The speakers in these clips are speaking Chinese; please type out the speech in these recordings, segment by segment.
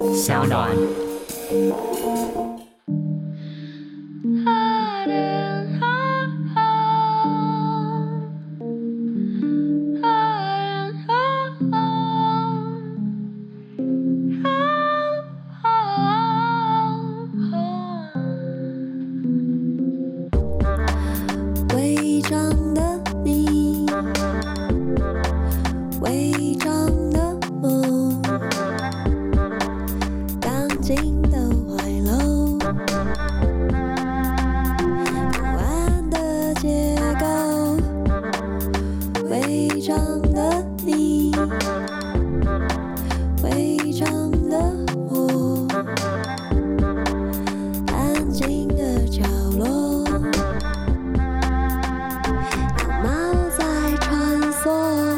小暖。 伪装的你，伪装的梦，钢筋的怀楼，不安的结构，伪装的你，伪装的我，安静的角落。猫在穿梭。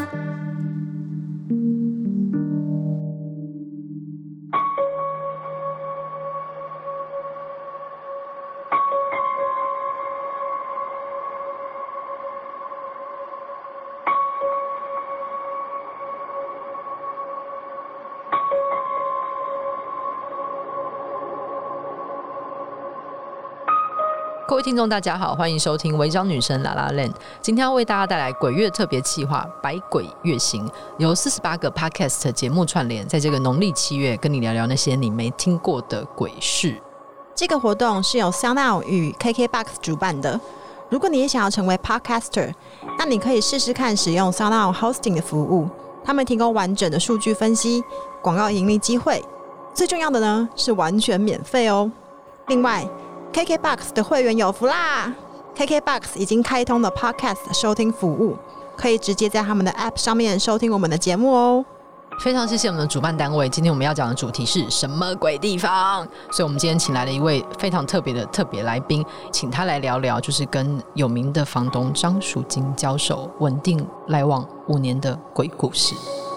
各位听众大家好，欢迎收听违章女生啦啦链。今天要为大家带来鬼月特别企划百鬼月行，由48个 podcast 节目串联，在这个农历7月跟你聊聊那些你没听过的鬼事。 这个活动是由 SoundOn 与 KKBOX 主办的。如果你也想要成为 podcaster， 那你可以试试看使用 SoundOn Hosting 的服务，他们提供完整的数据分析、广告盈利机会，最重要的呢是完全免费哦。另外KKBOX 的会员有福啦 ！KKBOX 已经开通了 Podcast 收听服务，可以直接在他们的 App 上面收听我们的节目哦。 非常谢谢我们的主办单位，今天我们要讲的主题是什么鬼地方？所以我们今天请来了一位非常特别的特别来宾，请他来聊聊就是跟有名的房东张淑金交手，稳定来往5年的鬼故事。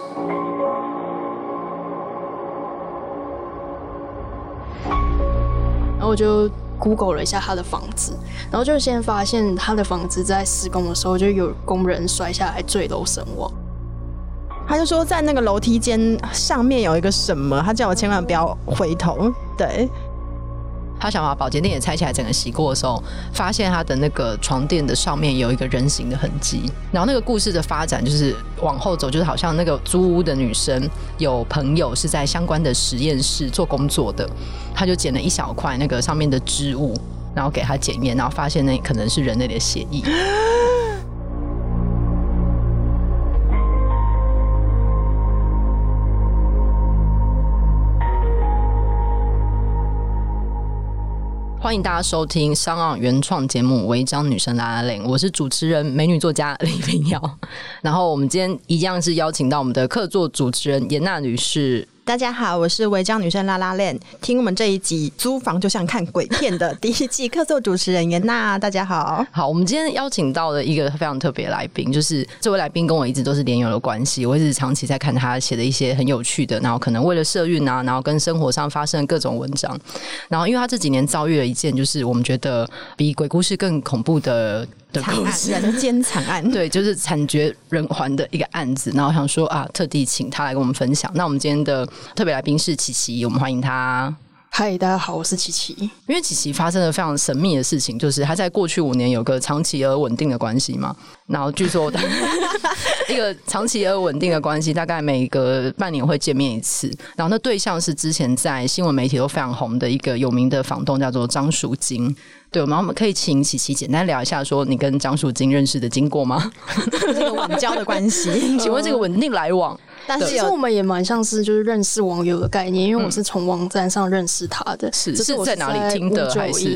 然后我就 Google 了一下他的房子，然后就先发现他的房子在施工的时候就有工人摔下来坠楼身亡。 他就说在那个楼梯间上面有一个什么，他叫我千万不要回头。对， 他想把保洁店也拆起来整个洗过的时候，发现他的那个床垫的上面有一个人形的痕迹。然后那个故事的发展就是往后走，就是好像那个租屋的女生有朋友是在相关的实验室做工作的，他就捡了一小块那个上面的织物，然后给他检验，然后发现那可能是人类的血液。欢迎大家收听SoundOn原创节目《违章女生啦啦链》，我是主持人美女作家李玲瑶。然后我们今天一样是邀请到我们的客座主持人严娜女士。 大家好，我是违章女生啦啦链，听我们这一集租房就像看鬼片的第1季客座主持人严娜。大家好。 好，我们今天邀请到的一个非常特别的来宾，就是这位来宾跟我一直都是连友的关系，我一直长期在看他写的一些很有趣的，然后可能为了社运啊，然后跟生活上发生的各种文章。然后因为他这几年遭遇了一件就是我们觉得比鬼故事更恐怖的故事， 人间惨案。 对，就是惨绝人寰的一个案子。然后想说啊，特地请他来跟我们分享。那我们今天的特别来宾是琪琪，我们欢迎他。 嗨，大家好，我是琪琪。 因为琪琪发生了非常神秘的事情，就是他在过去5年有个长期而稳定的关系嘛，然后据说一个长期而稳定的关系，大概每个半年会见面一次。然后那对象是之前在新闻媒体都非常红的一个有名的房东，叫做张淑金。对，我们可以请琪琪简单聊一下，说你跟张淑金认识的经过吗？ 这个稳交的关系， 请问这个稳定来往？ 但是我们也蛮像是就是认识网友的概念，因为我是从网站上认识他的。 是在哪里听的还是？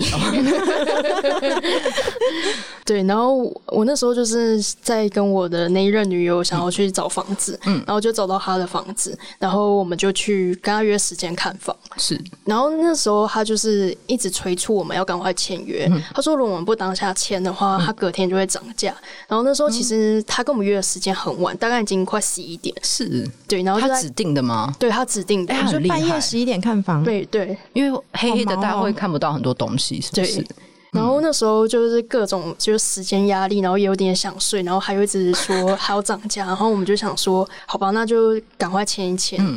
对，然后我那时候就是在跟我的那一任女友想要去找房子，然后就找到他的房子，然后我们就去跟他约时间看房。 是， 然后那时候他就是一直催促我们要赶快签约，他说如果我们不当下签的话，他隔天就会涨价。然后那时候其实他跟我们约的时间很晚，大概已经快11点。 是， 对，然后他指定的吗？ 对，他指定的， 他说半夜11点看房。 对对， 因为黑黑的大家会看不到很多东西，是不是？ 然后那时候就是各种就是时间压力，然后也有点想睡，然后还有一直说还要涨价，然后我们就想说好吧，那就赶快签一签。然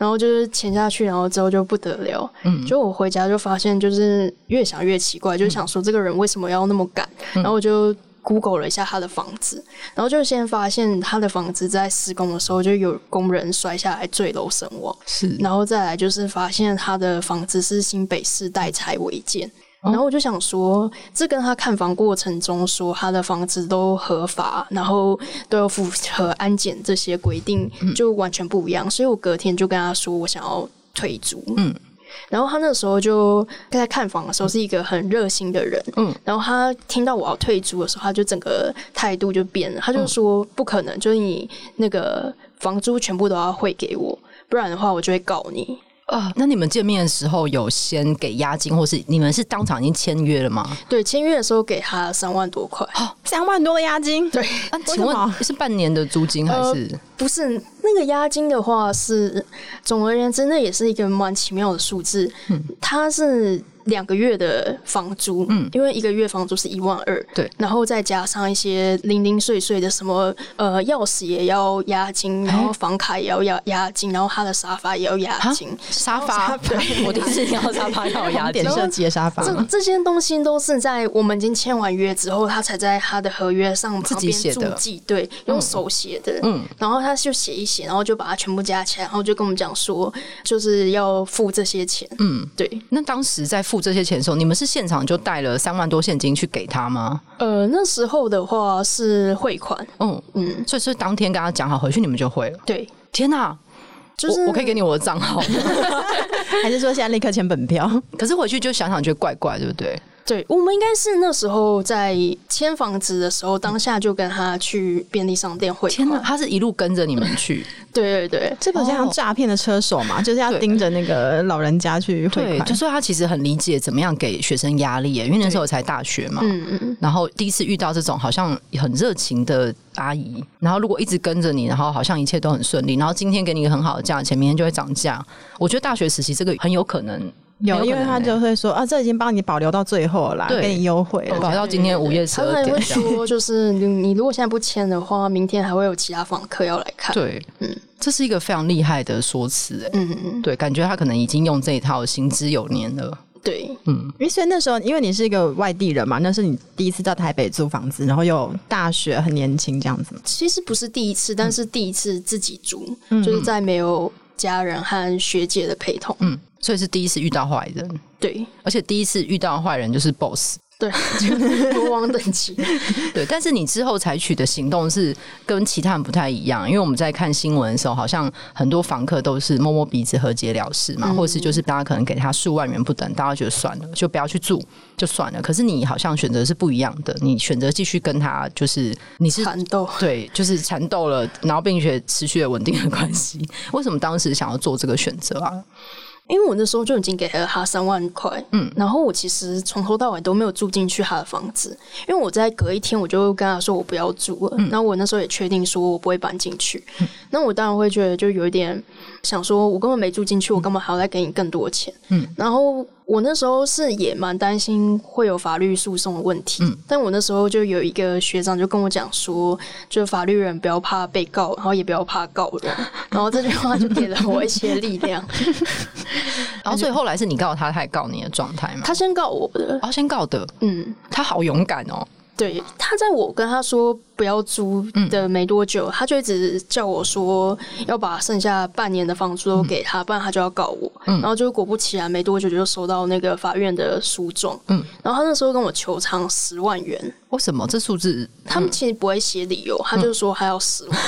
然后就是签下去，然后之后就不得了。就我回家就发现，就是越想越奇怪，就想说这个人为什么要那么赶？然后我就Google 了一下他的房子，然后就先发现他的房子在施工的时候就有工人摔下来坠楼身亡，然后再来就是发现他的房子是新北市代拆违建。然后我就想说，这跟他看房过程中说他的房子都合法，然后都有符合安检这些规定，就完全不一样。所以我隔天就跟他说，我想要退租。然后他那时候就在看房的时候是一个很热心的人，然后他听到我要退租的时候，他就整个态度就变了，他就说不可能，就是你那个房租全部都要汇给我，不然的话我就会告你。 那你们见面的时候有先给押金，或是你们是当场已经签约了吗？ 对，签约的时候给他3万多块 ，3万多的押金。 对， 请问是半年的租金还是？ 不是，那个押金的话是，总而言之，那也是一个蛮奇妙的数字。它是2个月的房租，因为1个月房租是1万2， 对， 然后再加上一些零零碎碎的什么钥匙也要押金，然后房卡也要押金，然后他的沙发也要押金。 沙发，对，我第一次听到沙发要押金， 点设计的沙发。 这些东西都是在我们已经签完约之后，他才在他的合约上旁边注记，对，用手写的，然后他就写一写，然后就把它全部加起来，然后就跟我们讲说，就是要付这些钱。对。 那当时在付这些钱的时候，你们是现场就带了3万多现金去给他吗？ 那时候的话是汇款。 所以是当天跟他讲好，回去你们就汇了。 对， 天哪！就是我可以给你我的账号， 还是说现在立刻签本票？ 可是回去就想想觉得怪怪，对不对？ 对，我们应该是那时候在签房子的时候，当下就跟他去便利商店汇款。 天哪，他是一路跟着你们去？ 对对对， 这不像诈骗的车手嘛，就是要盯着那个老人家去汇款。 对，就说他其实很理解怎么样给学生压力耶，因为那时候才大学嘛。然后第一次遇到这种好像很热情的阿姨，然后如果一直跟着你，然后好像一切都很顺利，然后今天给你一个很好的价钱，明天就会涨价。我觉得大学时期这个很有可能。 有，因为他就会说这已经帮你保留到最后了啦，给你优惠了， 保到今天午夜12点。 他们会说，就是你如果现在不签的话，明天还会有其他访客要来看。 对，这是一个非常厉害的说辞，对，感觉他可能已经用这一套行之有年了。 对， 所以那时候因为你是一个外地人嘛，那是你第一次到台北租房子，然后又大学很年轻这样子。 其实不是第一次，但是第一次自己租，就是在没有家人和学姐的陪同。 所以是第一次遇到坏人， 对， 而且第一次遇到坏人就是 boss， 对，就是国王等级， 对。但是你之后采取的行动是跟其他人不太一样，因为我们在看新闻的时候，好像很多房客都是摸摸鼻子和解了事嘛，或者是就是大家可能给他数万元不等，大家觉得算了，就不要去住就算了。可是你好像选择是不一样的，你选择继续跟他，就是你是缠斗， 对，就是缠斗了，然后并且持续的稳定的关系。为什么当时想要做这个选择啊？ 因为我那时候就已经给了他3万块，然后我其实从头到尾都没有住进去他的房子，因为我在隔一天我就跟他说我不要住了，然后我那时候也确定说我不会搬进去，那我当然会觉得就有一点想说，我根本没住进去，我干嘛还要再给你更多钱？然后我那时候是也蛮担心会有法律诉讼的问题，但我那时候就有一个学长就跟我讲说，就法律人不要怕被告，然后也不要怕告人，然后这句话就给了我一些力量。 然后所以后来是你告他，他也告你的状态吗？ 他先告我的， 先告的，他好勇敢哦。 对，他在我跟他说不要租的没多久，他就一直叫我说要把剩下半年的房租都给他，不然他就要告我。然后就果不其然，没多久就收到那个法院的诉状。然后他那时候跟我求偿10万元。 为什么这数字？ 他们其实不会写理由，他就说还要10万。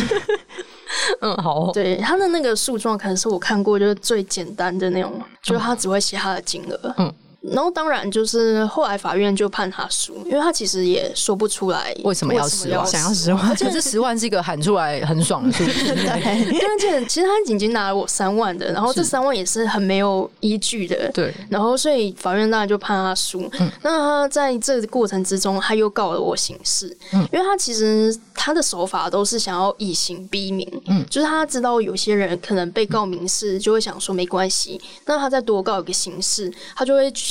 好， 对，他的那个诉状可能是我看过就是最简单的那种，就是他只会写他的金额。然后当然就是后来法院就判他输，因为他其实也说不出来为什么要10万， 想要10万， 可是10万是一个喊出来很爽的数字。 对，其实他已经拿了我3万的，然后这3万也是很没有依据的。 对， 然后所以法院当然就判他输。那他在这个过程之中，他又告了我刑事，因为他其实他的手法都是想要以刑逼民，就是他知道有些人可能被告民事就会想说没关系，那他再多告一个刑事，他就会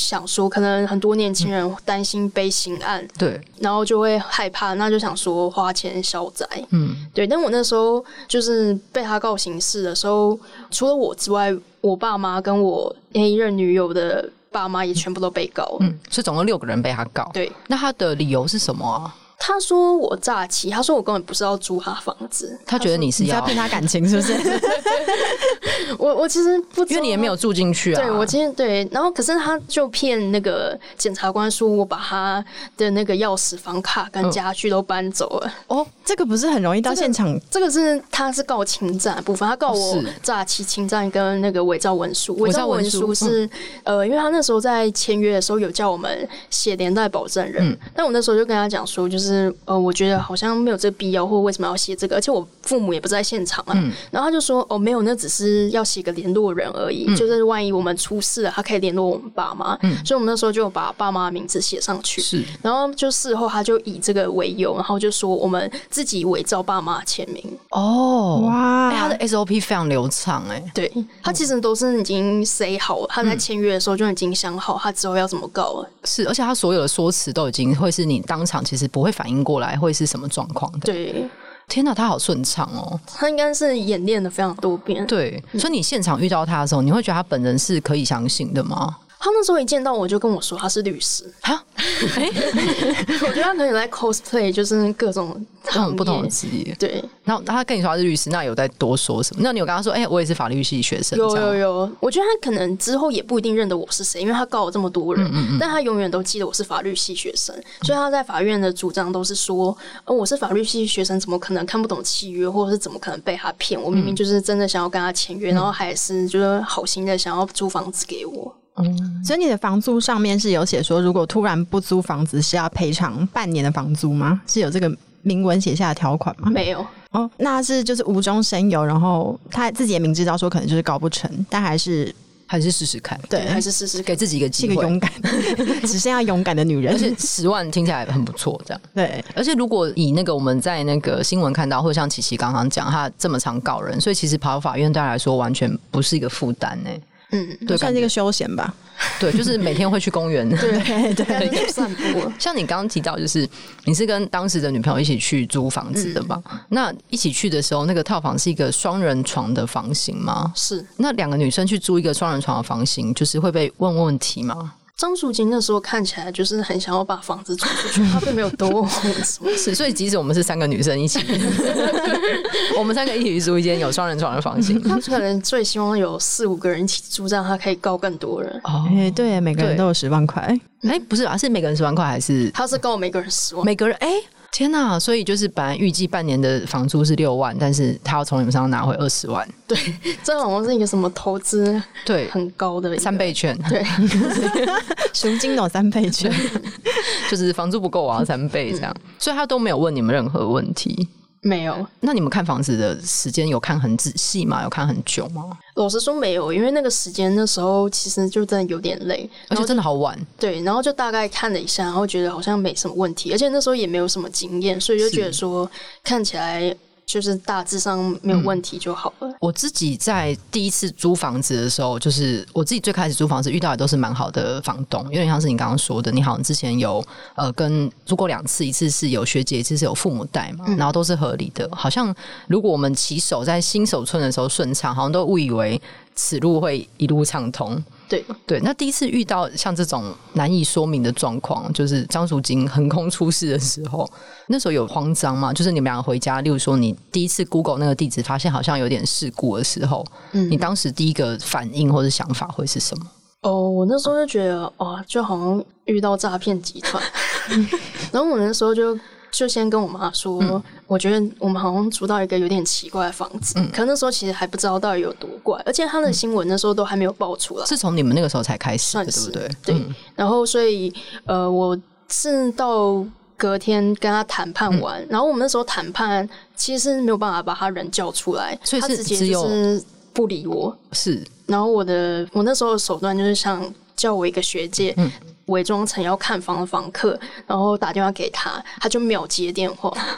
想说，可能很多年轻人担心被刑案， 对， 然后就会害怕，那就想说花钱消灾。对。但我那时候就是被他告刑事的时候，除了我之外，我爸妈跟我那一任女友的爸妈也全部都被告了。 所以总共6个人被他告。 对， 那他的理由是什么啊？ 他说我诈欺，他说我根本不是要租他房子， 他觉得你是要骗他感情是不是？ 我其实不知道， 因为你也没有住进去啊。 对，我今天对，然后可是他就骗那个检察官说我把他的那个钥匙、房卡跟家具都搬走了。 哦，这个不是很容易到现场？ 这个是他是告侵占的部分，他告我诈欺、侵占跟那个伪造文书。伪造文书是因为他那时候在签约的时候有叫我们写连带保证人，但我那时候就跟他讲说，就是我觉得好像没有这个必要，或为什么要写这个？而且我父母也不在现场啊。然后他就说没有，那只是要写个联络人而已，就是万一我们出事了，他可以联络我们爸妈。所以我们那时候就把爸妈的名字写上去。是，然后就事后他就以这个为由，然后就说我们自己伪造爸妈签名。 哦，哇，他的 SOP 非常流畅哎。 对，他其实都是已经 say 好了，他在签约的时候就已经想好他之后要怎么告了。 是，而且他所有的说辞都已经会是你当场其实不会反应过来会是什么状况的。 对， 天哪，他好顺畅哦！ 他应该是演练了非常多遍。 对，所以你现场遇到他的时候，你会觉得他本人是可以相信的吗？ 他那时候一见到我就跟我说他是律师哈，我觉得他可能在 cosplay， 就是各种不同的职业。 对， 然后他跟你说他是律师，那有在多说什么？那你有跟他说，我也是法律系学生？ 有，我觉得他可能之后也不一定认得我是谁，因为他告了这么多人，但他永远都记得我是法律系学生，所以他在法院的主张都是说，我是法律系学生，怎么可能看不懂契约，或者是怎么可能被他骗？我明明就是真的想要跟他签约，然后还是就是好心的想要租房子给我。 所以你的房租上面是有写说，如果突然不租房子是要赔偿半年的房租吗？是有这个明文写下的条款吗？ 没有。 哦，那是就是无中生有，然后他自己也明知道说可能就是告不成，但还是试试看。 对，还是试试， 给自己一个机会， 是个勇敢只剩下勇敢的女人。 而且10万听起来很不错，这样。 对， 而且如果以那个我们在那个新闻看到，或者像琪琪刚刚讲，他这么常告人，所以其实跑法院对他来说完全不是一个负担呢。 对，算是一个休闲吧。 对，就是每天会去公园， 对，散步。 像你刚刚提到，就是你是跟当时的女朋友一起去租房子的吧？那一起去的时候，那个套房是一个双人床的房型吗？ 是。 那2个女生去租一个双人床的房型，就是会被问问题吗？ 张淑晶那时候看起来就是很想要把房子租出去，她并没有多问什么事。 所以即使我们是3个女生一起，我们3个一起去租一间有双人床的房型， 他可能最希望有4-5个人一起住，这样他可以告更多人。 对，每个人都有10万块。 不是啊，是每个人10万块还是？ 他是告每个人10万， 每个人天哪！所以就是本来预计半年的房租是6万，但是他要从你们身上拿回20万。 对，这好像是一个什么投资对很高的 3倍券。 对， 赎金有3倍券， 就是房租不够我要3倍这样，所以他都没有问你们任何问题。 没有。 那你们看房子的时间有看很仔细吗？有看很久吗？ 老实说没有，因为那个时间那时候其实就真的有点累， 而且真的好晚。 对，然后就大概看了一下，然后觉得好像没什么问题，而且那时候也没有什么经验，所以就觉得说看起来就是大致上没有问题就好了。 我自己在第一次租房子的时候，就是我自己最开始租房子遇到的都是蛮好的房东，有点像是你刚刚说的，你好像之前有跟租过2次，一次是有学姐，一次是有父母带嘛，然后都是合理的。好像如果我们起手在新手村的时候顺畅，好像都误以为此路会一路畅通。对，那第一次遇到像这种难以说明的状况，就是张淑晶横空出世的时候，那时候有慌张吗？就是你们2个回家，例如说你第一次 Google 那个地址，发现好像有点事故的时候，你当时第一个反应或者想法会是什么？ 我那时候就觉得就好像遇到诈骗集团，然后我那时候就先跟我妈说，我觉得我们好像租到一个有点奇怪的房子，可那时候其实还不知道到底有多怪，而且他的新闻那时候都还没有爆出来， 是从你们那个时候才开始的，对不对？ 对，然后所以我是到隔天跟他谈判完，然后我们那时候谈判其实是没有办法把他人叫出来， 所以他直接就是不理我， 是， 然后我那时候的手段就是想叫我一个学姐。伪装成要看房的房客，然后打电话给他，他就没有接电话。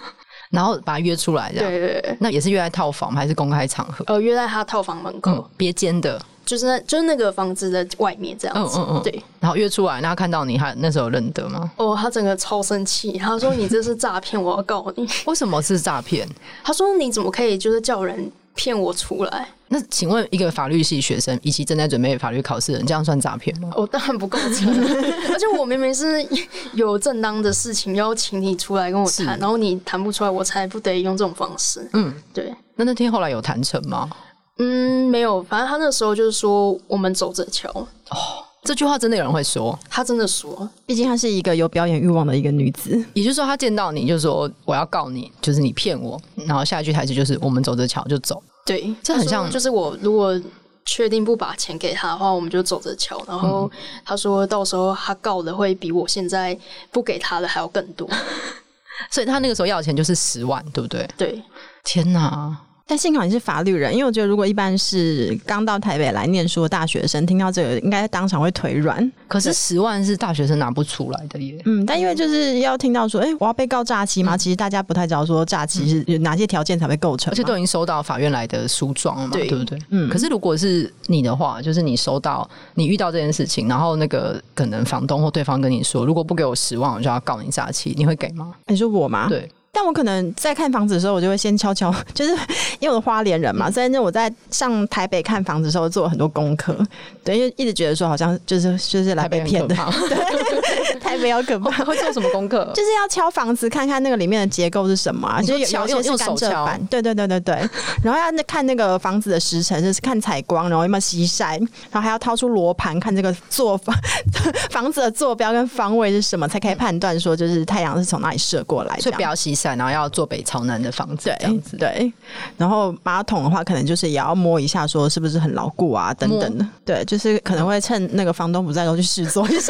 然后把他约出来这样。 对对对， 那也是约在套房吗还是公开场合？ 约在他套房门口， 别间的。 就是那个房子的外面这样子，对。然后约出来，那他看到你，他那时候认得吗？ 他整个超生气，他说你这是诈骗，我要告你。 为什么是诈骗？ 他说你怎么可以就是叫人骗我出来？ 那请问一个法律系学生以及正在准备法律考试的人，这样算诈骗吗？ 当然不构成，而且我明明是有正当的事情要请你出来跟我谈，然后你谈不出来，我才不得用这种方式。对。 那天后来有谈成吗？ 没有，反正他那时候就是说我们走着瞧。 这句话真的有人会说？ 他真的说， 毕竟她是一个有表演欲望的一个女子。 也就是说，他见到你就说我要告你，就是你骗我。然后下一句台词就是我们走着瞧就走。 对， 这很像， 就是我如果确定不把钱给他的话，我们就走着瞧。然后他说到时候他告的会比我现在不给他的还要更多。 所以他那个时候要的钱就是10万，对不对？ 对。 天哪！ 但幸好你是法律人，因为我觉得如果一般是刚到台北来念书的大学生，听到这个应该当场会腿软。 可是10万是大学生拿不出来的耶。 但因为就是要听到说，我要被告诈欺嘛，其实大家不太知道说诈欺是有哪些条件才会构成， 而且都已经收到法院来的诉状了嘛，对不对？可是如果是你的话，就是你收到你遇到这件事情，然后那个可能房东或对方跟你说，如果不给我10万，我就要告你诈欺，你会给吗？ 你说我吗？ 对。 但我可能在看房子的时候，我就会先悄悄，就是因为我是花莲人嘛，所以呢我在上台北看房子的时候做了很多功课，对，因为一直觉得说好像就是来被骗的，对，台北好可怕。 会做什么功课？ 就是要敲房子看看那个里面的结构是什么啊，就是有些是甘蔗板，对，然后要看那个房子的时辰，就是看采光，然后有没有西晒，然后还要掏出罗盘看这个房子的坐标跟方位是什么，才可以判断说就是太阳是从哪里射过来， 所以不要西晒。然后要坐北朝南的房子，这样子。 对，然后马桶的话，可能就是也要摸一下，说是不是很牢固啊，等等的。对，就是可能会趁那个房东不在的时候去试做一下。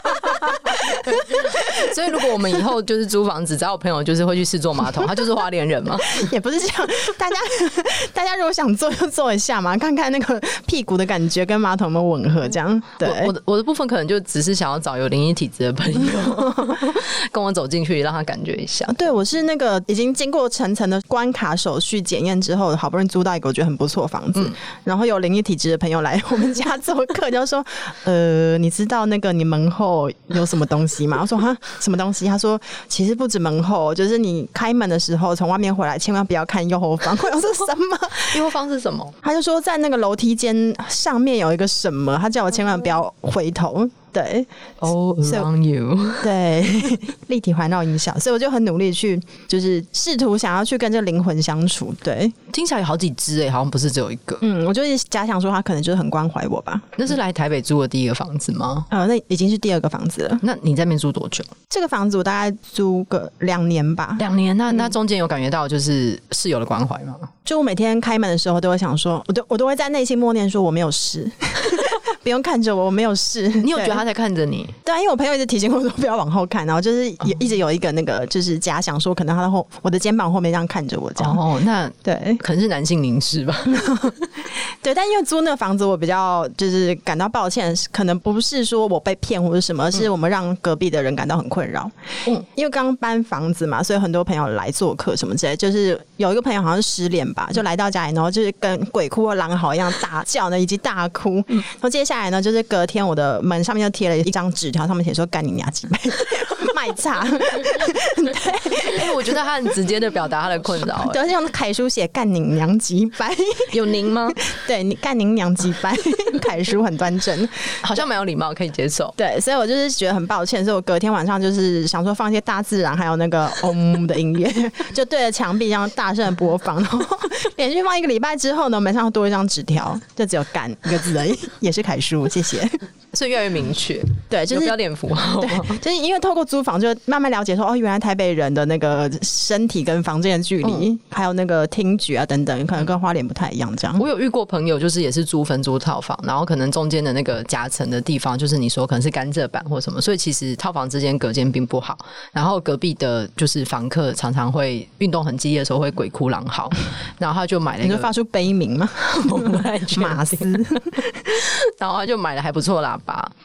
所以如果我们以后就是租房子，只要有朋友就是会去试做马桶，他就是花莲人嘛？ 也不是这样，大家如果想做就做一下嘛，看看那个屁股的感觉跟马桶有没有吻合，这样。对， 我的部分可能就只是想要找有灵异体质的朋友跟我走进去，让他感觉一下。 对，我是那个已经经过层层的关卡手续检验之后，好不容易租到一个我觉得很不错的房子，然后有灵异体质的朋友来我们家做客，就说你知道那个你门后有什么东西吗？我说哈，什么东西？他说其实不止门后，就是你开门的时候从外面回来，千万不要看右后方。我说什么？ 右后方是什么？ 他就说在那个楼梯间上面有一个什么，他叫我千万不要回头。对 ，All around you， 对，立体环绕音效，所以我就很努力去，就是试图想要去跟这个灵魂相处。对， 听起来有好几只好像不是只有一个。 我就是假想说他可能就是很关怀我吧。 那是来台北租的第一个房子吗？ 那已经是第2个房子了。 那你在那边住多久？ 这个房子我大概租个2年吧。 2年？那中间有感觉到就是室友的关怀吗？ 就我每天开门的时候都会想说，我都会在内心默念说我没有事。不用看着我，我没有事。 你有觉得他在看着你？ 对啊，因为我朋友一直提醒我说不要往后看，然后就是也一直有一个那个就是假想说，可能他的我的肩膀后面这样看着我这样。 那对， 可能是男性凝视吧。 对，但因为租那个房子，我比较就是感到抱歉，可能不是说我被骗或者什么，而是我们让隔壁的人感到很困扰。因为刚搬房子嘛，所以很多朋友来做客什么之类，就是有一个朋友好像是失恋吧，就来到家里，然后就是跟鬼哭或狼嚎一样大叫呢，以及大哭。然后接下来呢，就是隔天我的门上面就贴了一张纸条，上面写说干你娘几杯卖茶。 对， 我觉得他很直接的表达他的困扰。 对，而且用楷书写干你娘几杯， 有您吗？ 对，你干你娘几杯，楷书很端正， 好像蛮有礼貌，可以接受。 对，所以我就是觉得很抱歉，所以我隔天晚上就是想说放一些大自然还有那个的音乐，就对着墙壁这样大声的播放，然后连续放1个礼拜之后呢，门上多一张纸条，就只有干1个字而已，也是楷书，谢谢。 所以越来越明确， 对，就是标点符号， 对，就是因为透过租房，就慢慢了解说，原来台北人的那个身体跟房间的距离，还有那个听觉啊等等，可能跟花莲不太一样。这样， 我有遇过朋友，就是也是租分租套房，然后可能中间的那个夹层的地方，就是你说可能是甘蔗板或什么，所以其实套房之间隔间并不好。然后隔壁的就是房客常常会运动很激烈的时候会鬼哭狼嚎，然后他就买了一个， 你就发出悲鸣吗？ 我不太确定马斯， 然后他就买了还不错喇叭，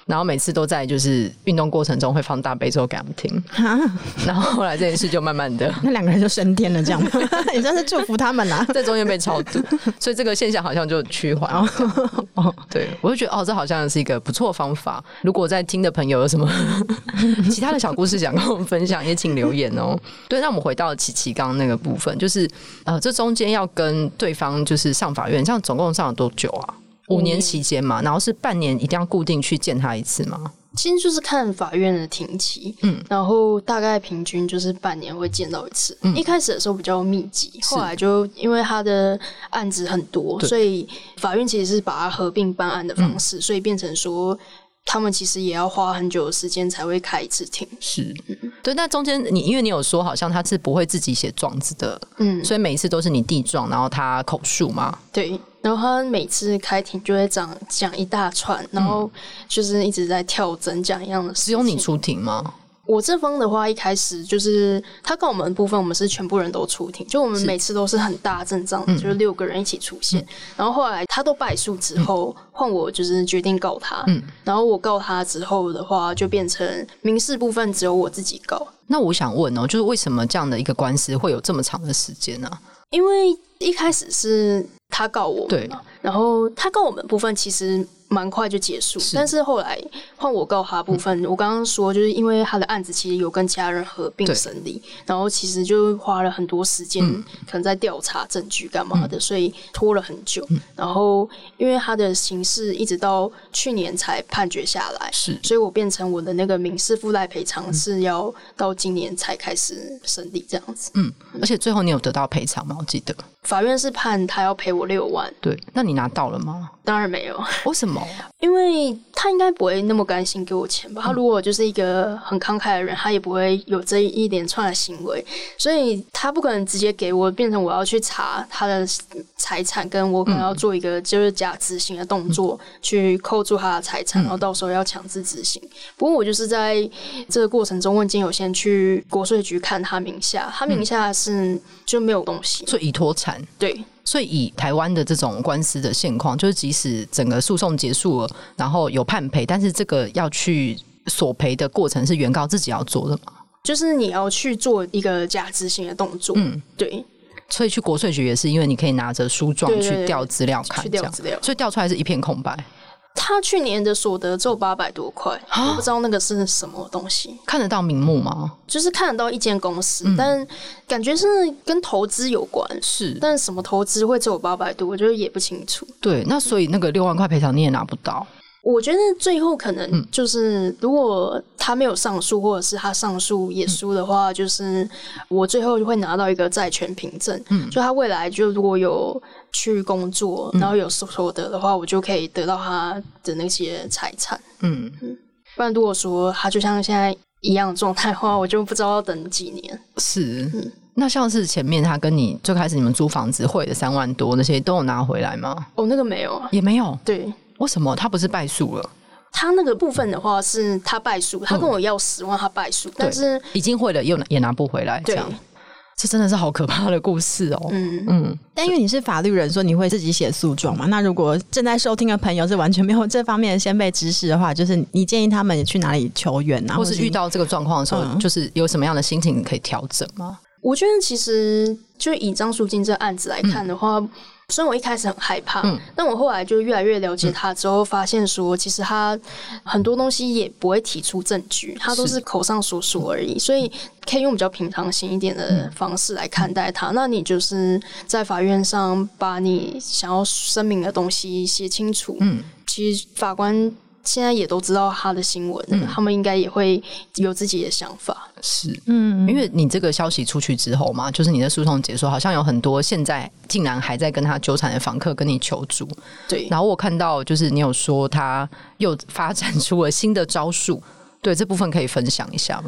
然后每次都在就是运动过程中会放大悲咒给他们听，然后后来这件事就慢慢的那2个人就升天了，这样也算是祝福他们啦。 在中间被超度，所以这个现象好像就趋缓。对，我就觉得这好像是一个不错的方法。如果在听的朋友有什么其他的小故事想跟我们分享，也请留言哦。对，那我们回到琪琪刚刚那个部分，就是这中间要跟对方就是上法院，这样总共上了多久啊？5年期间嘛，然后是半年一定要固定去见他一次吗？ 其实就是看法院的庭期，然后大概平均就是半年会见到一次。一开始的时候比较密集，后来就因为他的案子很多，所以法院其实是把它合并办案的方式，所以变成说他们其实也要花很久的时间才会开一次庭。 是，对。那中间因为你有说好像他是不会自己写状子的，所以每一次都是你递状，然后他口述嘛。 对。然后他每次开庭就会讲一大串，然后就是一直在跳针讲一样的事情。 只有你出庭吗？ 我这方的话，一开始就是他告我们的部分，我们是全部人都出庭，就我们每次都是很大阵仗，就是6个人一起出现。然后后来他都败诉之后，换我就是决定告他。然后我告他之后的话，就变成民事部分只有我自己告。 那我想问就是为什么这样的一个官司会有这么长的时间呢？ 因为一开始是他告我们嘛，然后他告我们部分其实蛮快就结束，但是后来换我告他的部分，我刚刚说就是因为他的案子其实有跟其他人合并审理，然后其实就花了很多时间，可能在调查证据干嘛的，所以拖了很久。然后因为他的刑事一直到去年才判决下来，所以我变成我的那个民事附带赔偿是要到今年才开始审理这样子。 而且最后你有得到赔偿吗？我记得法院是判他要赔我6万。 对，那你拿到了吗？ 当然没有。 为什么？ 因为他应该不会那么甘心给我钱吧？他如果就是一个很慷慨的人，他也不会有这一连串的行为，所以他不可能直接给我，变成我要去查他的财产，跟我可能要做一个就是假执行的动作，去扣住他的财产，然后到时候要强制执行。不过我就是在这个过程中，我已经有先去国税局看他名下，他名下是就没有东西， 所以已脱产。 对。 所以以台湾的这种官司的现况，就是即使整个诉讼结束了，然后有判赔，但是这个要去索赔的过程是原告自己要做的吗？ 就是你要去做一个假执行的动作。对。 所以去国税局也是因为你可以拿着书状去调资料看， 去调资料， 所以调出来是一片空白。 他去年的所得只有800多块，我不知道那个是什么东西。 看得到名目吗？ 就是看得到一间公司，但感觉是跟投资有关，是，但什么投资会只有800多，我觉得也不清楚。 对，那所以那个6万块赔偿你也拿不到。 我觉得最后可能就是如果他没有上诉，或者是他上诉也输的话，就是我最后就会拿到一个债权凭证，就他未来就如果有去工作，然后有所得的话，我就可以得到他的那些财产。不然如果说他就像现在一样的状态的话，我就不知道要等几年。 是。那像是前面他跟你最开始你们租房子汇的3万多那些都有拿回来吗？ 那个没有啊。 也没有。 对。 为什么？他不是败诉了？ 他那个部分的话是他败诉，他跟我要10万，他败诉，但是已经汇了也拿不回来。这样，这真的是好可怕的故事哦。 但因为你是法律人，说你会自己写诉状嘛？那如果正在收听的朋友是完全没有这方面的先辈知识的话，就是你建议他们去哪里求援啊？ 或是遇到这个状况的时候，就是有什么样的心情可以调整吗？ 我觉得其实就以张淑金这案子来看的话，虽然我一开始很害怕，但我后来就越来越了解他之后，发现说其实他很多东西也不会提出证据，他都是口上说说而已，所以可以用比较平常心一点的方式来看待他。那你就是在法院上把你想要声明的东西写清楚，其实法官现在也都知道他的新闻，他们应该也会有自己的想法。 是，因为你这个消息出去之后嘛，就是你的诉讼结束，好像有很多现在竟然还在跟他纠缠的房客跟你求助。 对， 然后我看到就是你有说他又发展出了新的招数。对，这部分可以分享一下吗？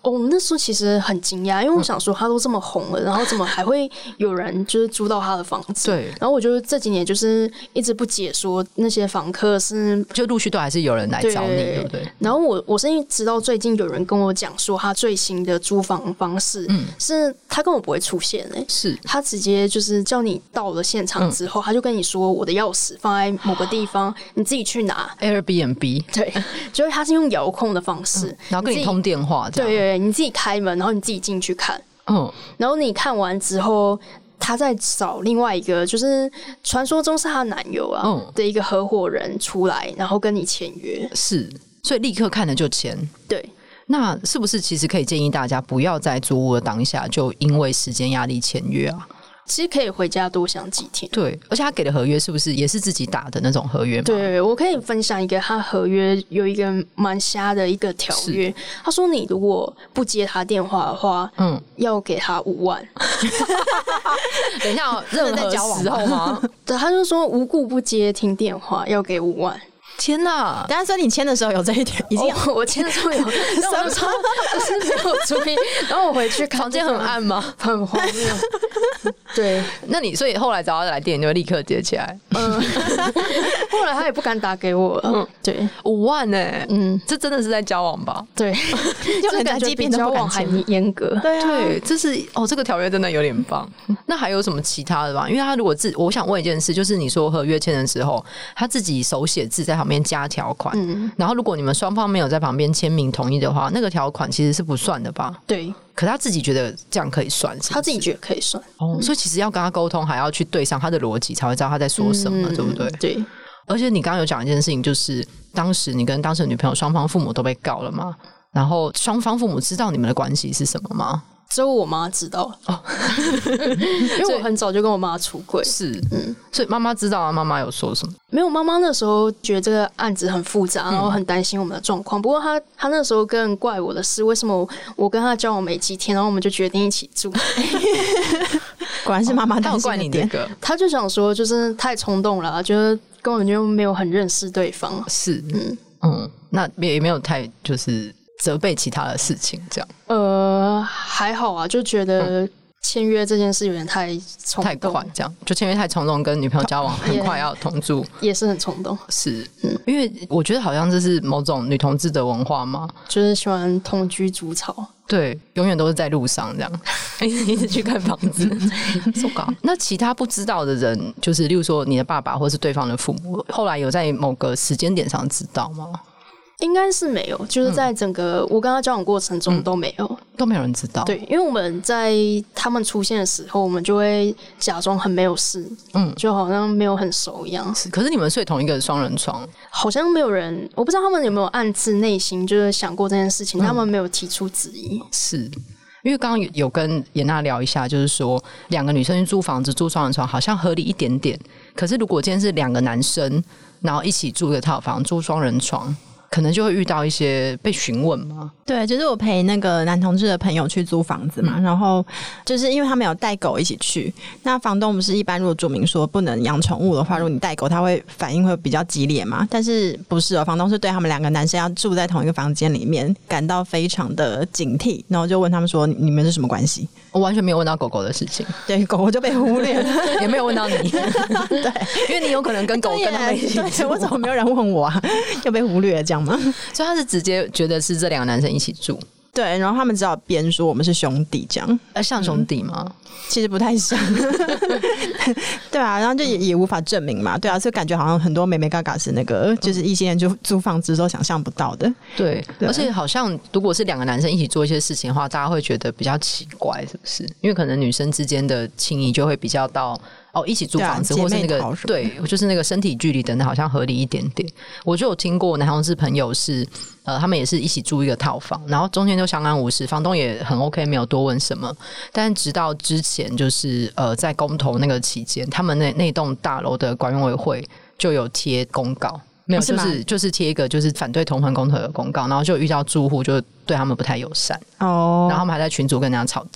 那时候其实很惊讶，因为我想说他都这么红了，然后怎么还会有人就是租到他的房子？ 对。 然后我就这几年就是一直不解说那些房客是就陆续都还是有人来找你，对不对？ 然后我是直到最近有人跟我讲说，他最新的租房方式是他根本不会出现是他直接就是叫你到了现场之后，他就跟你说我的钥匙放在某个地方，你自己去拿。 Airbnb 对，就是他是用遥控的方式， 然后跟你通电话这样， 对，你自己开门，然后你自己进去看，然后你看完之后，他再找另外一个，就是传说中是她男友的一个合伙人出来，然后跟你签约， 是，所以立刻看了就签。 对， 那是不是其实可以建议大家不要在租屋的当下就因为时间压力签约啊？ 其实可以回家多想几天。 对，而且他给的合约是不是也是自己打的那种合约吗？ 对，我可以分享一个他合约有一个蛮瞎的一个条约，他说你如果不接他电话的话，要给他5万。 等一下，任何时候吗？ 对，他就说无故不接听电话要给5万。 天哪！ 等一下说你签的时候有这一点，已经我签的时候有，但我说就是没有注意，然后我回去看， 房间很暗吗？ 很荒谬。对， 那你所以后来找他来电，你就立刻接起来。 后来他也不敢打给我了。对 ，5万这真的是在交往吧？ 对， 就感觉比交往还严格。 对，这是这个条约真的有点棒。那还有什么其他的吧？因为他如果我想问一件事，就是你说合约签的时候，他自己手写字在旁边加条款，然后如果你们双方没有在旁边签名同意的话，那个条款其实是不算的吧？ 对。 可他自己觉得这样可以算， 他自己觉得可以算所以其实要跟他沟通，还要去对上他的逻辑，才会知道他在说什么，对不对？ 对。 而且你刚刚有讲一件事情，就是当时你跟当时的女朋友双方父母都被告了嘛，然后双方父母知道你们的关系是什么吗？ 只有我妈知道因为我很早就跟我妈出柜。 是，所以妈妈知道啊。妈妈有说什么？ 没有，妈妈那时候觉得这个案子很复杂，然后很担心我们的状况。不过她那时候更怪我的是，为什么我跟她交往没几天，然后我们就决定一起住？ 果然是妈妈担心怪你这个。 她就想说，就是太冲动了，就是根本就没有很认识对方。 是，那也没有太就是责备其他的事情，这样。 还好啊，就觉得签约这件事有点太冲动， 太快，这样就签约太冲动，跟女朋友交往很快要同住， 也是很冲动。 是，因为我觉得好像这是某种女同志的文化嘛， 就是喜欢同居筑巢。 对，永远都是在路上这样，一直去看房子。那其他不知道的人，就是例如说你的爸爸或是对方的父母，后来有在某个时间点上知道吗？ 应该是没有，就是在整个我跟他交往过程中都没有， 都没有人知道。 对，因为我们在他们出现的时候，我们就会假装很没有事，就好像没有很熟一样。 可是你们睡同一个双人床， 好像没有人，我不知道他们有没有暗自内心就是想过这件事情，他们没有提出质疑。 是因为刚刚有跟妍娜聊一下，就是说2个女生去租房子住双人床好像合理一点点，可是如果今天是2个男生，然后一起住一个套房住双人床，可能就会遇到一些被询问嘛。 对，就是我陪那个男同志的朋友去租房子嘛，然后就是因为他们有带狗一起去，那房东不是一般如果注明说不能养宠物的话，如果你带狗他会反应会比较激烈嘛，但是不是房东是对他们2个男生要住在同一个房间里面感到非常的警惕，然后就问他们说你们是什么关系。 我完全没有问到狗狗的事情， 对，狗狗就被忽略了也没有问到你对， 因为你有可能跟狗跟他们一起住， 我怎么没有人问我啊？就被忽略了这样吗？ 所以他是直接觉得是这2个男生一起住。 对，然后他们只好编说我们是兄弟这样。 像兄弟吗？ 其实不太像对啊，然后就也无法证明嘛。对啊，所以感觉好像很多妹妹嘎嘎是那个就是异性恋就租房子都想象不到的。 对，而且好像如果是2个男生一起做一些事情的话，大家会觉得比较奇怪，是不是？因为可能女生之间的情谊就会比较到一起租房子，或是那个对，就是那个身体距离等等，好像合理一点点。我就有听过男同志朋友是他们也是一起住一个套房，然后中间就相安无事，房东也很 OK， 没有多问什么。但直到之前就是在公投那个期间，他们那栋大楼的管委会会就有贴公告。没有，就是贴一个就是反对同婚公投的公告，然后就遇到住户就对他们不太友善然后他们还在群组跟人家吵架。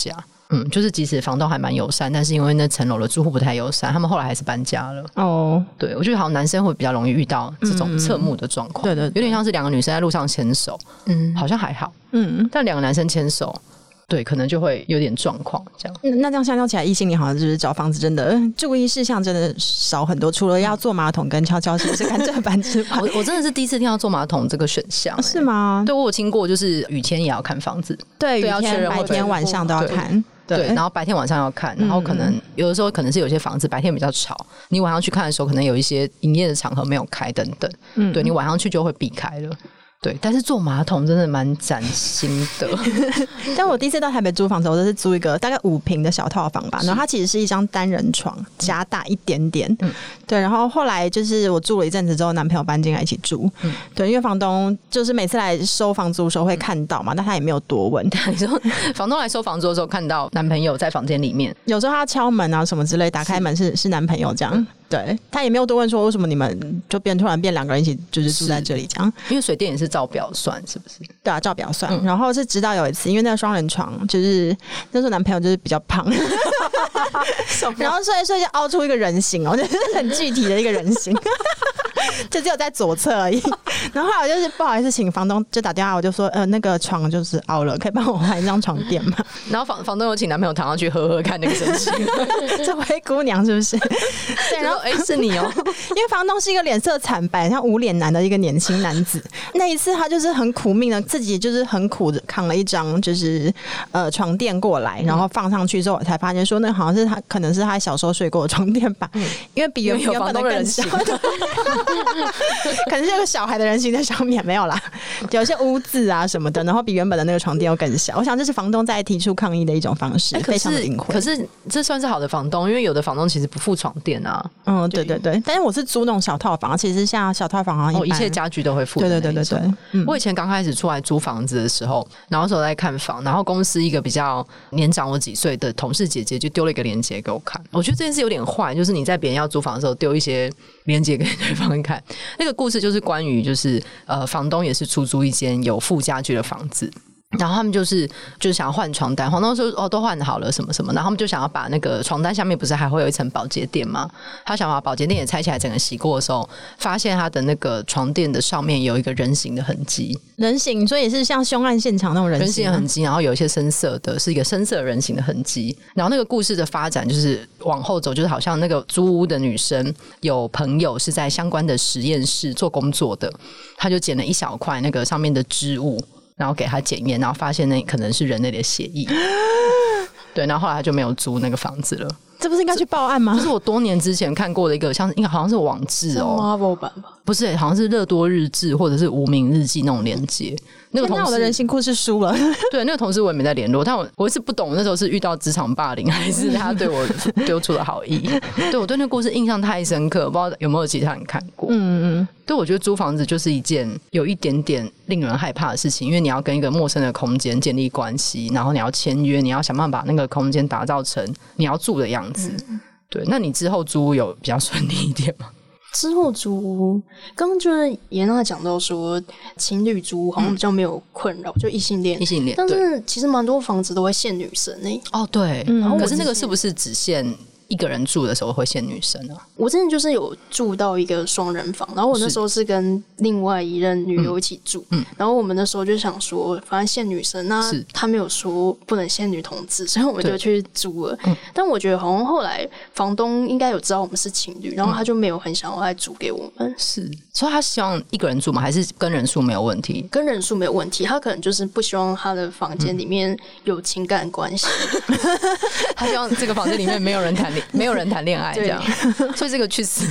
就是即使房东还蛮友善，但是因为那层楼的住户不太友善，他们后来还是搬家了。 哦， 对，我觉得好像男生会比较容易遇到这种侧目的状况， 对对对， 有点像是两个女生在路上牵手，好像还好，但两个男生牵手。对，可能就会有点状况这样。 那这样相较起来，异性恋好像就是找房子真的注意事项真的少很多，除了要坐马桶跟敲敲是看这班之外， 我真的是第一次听到坐马桶这个选项、 是吗？ 对，我有听过，就是雨天也要看房子， 对，雨要确认白天晚上都要看。 对，然后白天晚上要看，然后可能有的时候可能是有些房子白天比较吵，你晚上去看的时候，可能有一些营业的场合没有开等等，对你晚上去就会避开了。对，但是坐马桶真的蛮崭新的。 但我第一次到台北租房子，我就是租一个大概5坪的小套房吧，然后它其实是一张单人床，加大一点点。对，然后后来就是我住了一阵子之后，男朋友搬进来一起住。对，因为房东就是每次来收房租的时候会看到嘛，但他也没有多问。 你说房东来收房租的时候看到男朋友在房间里面， 有时候他敲门啊什么之类，打开门是男朋友这样。对，他也没有多问说为什么你们就突然变2个人一起就是住在这里这样， 因为水电也是照表算，是不是？ 对啊，照表算。然后是直到有一次，因为那个双人床就是那时候男朋友就是比较胖，然后所以就凹出一个人形哦，就是很具体的一个人形，就只有在左侧而已。然后后来我就是不好意思请房东就打电话，我就说那个床就是凹了，可以帮我换一张床垫吗？ 然后房东有请男朋友躺上去喝看那个神器， 这灰姑娘是不是？对，然后是你哦， 因为房东是一个脸色惨白像无脸男的一个年轻男子。那一次他就是很苦命的，自己就是很苦的扛了一张就是床垫过来，然后放上去之后，我才发现说那好像是他可能是他小时候睡过的床垫吧，因为比原本的更小，可能是有个小孩的人形在上面，没有啦，有些污渍啊什么的，然后比原本的那个床垫又更小。我想这是房东在提出抗议的一种方式，非常的隐晦。 可是这算是好的房东，因为有的房东其实不附床垫啊。 对对对，但是我是租那种小套房，其实像小套房好像一切家具都会附的那种。 对对对对。 我以前刚开始出来租房子的时候，然后那时候在看房，然后公司一个比较年长我几岁的同事姐姐就丢了一个链接给我看。我觉得这件事有点坏，就是你在别人要租房的时候丢一些链接给对方看。那个故事就是关于就是房东也是出租一间有附家具的房子。然后他们就是想要换床单，房东说都换好了什么什么，然后他们就想要把那个床单下面不是还会有一层保洁垫吗？他想把保洁垫也拆起来，整个洗过的时候，发现他的那个床垫的上面有一个人形的痕迹， 人形，所以是像凶案现场那种人形的痕迹，然后有一些深色的，是一个深色人形的痕迹。然后那个故事的发展就是往后走，就是好像那个租屋的女生有朋友是在相关的实验室做工作的，他就捡了一小块那个上面的织物。然后给他检验，然后发现那可能是人类的血液。对，然后后来他就没有租那个房子了。 这不是应该去报案吗？ 这是我多年之前看过的一个，像应该好像是网志哦 ，Marvel 版吧？ 不是，好像是热多日志或者是无名日记那种连接。那个同事， 我的人性故事输了。 对，那个同事我也没在联络，但我一直不懂，那时候是遇到职场霸凌，还是他对我丢出了好意？对，我对那个故事印象太深刻，不知道有没有其他人看过。对，我觉得租房子就是一件有一点点令人害怕的事情，因为你要跟一个陌生的空间建立关系，然后你要签约，你要想办法把那个空间打造成你要住的样子。对，那你之后租有比较顺利一点吗？ 之后租，刚刚就是严娜讲到说，情侣租好像比较没有困扰，就异性恋，但是其实蛮多房子都会限女生哦，对，可是那个是不是只限一个人住的时候会限女生啊？ 我之前就是有住到一个双人房，然后我那时候是跟另外一任女友一起住，然后我们那时候就想说，反正限女生，那他没有说不能限女同志，所以我们就去租了。但我觉得好像后来房东应该有知道我们是情侣，然后他就没有很想要来租给我们。 是，所以他希望一个人住吗？还是跟人数没有问题？ 跟人数没有问题，他可能就是不希望他的房间里面有情感关系， 他希望这个房间里面没有人谈恋爱这样，所以这个去死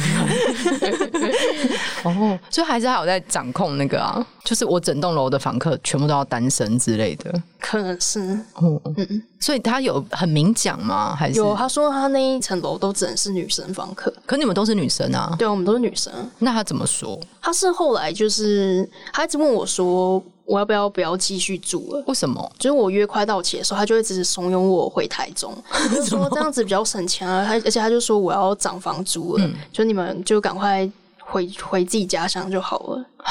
哦，所以还是还有在掌控那个啊，就是我整栋楼的房客全部都要单身之类的， 可能是所以他有很明讲吗？还是有？他说他那一层楼都只能是女生房客， 可你们都是女生啊？ 对，我们都是女生。 那他怎么说？ 他是后来就是他一直问我说，我要不要继续住了？ 为什么？ 就是我约快到期的时候，他就会一直怂恿我回台中，就说这样子比较省钱啊。而且他就说我要涨房租了，就你们就赶快回自己家乡就好了。 啊？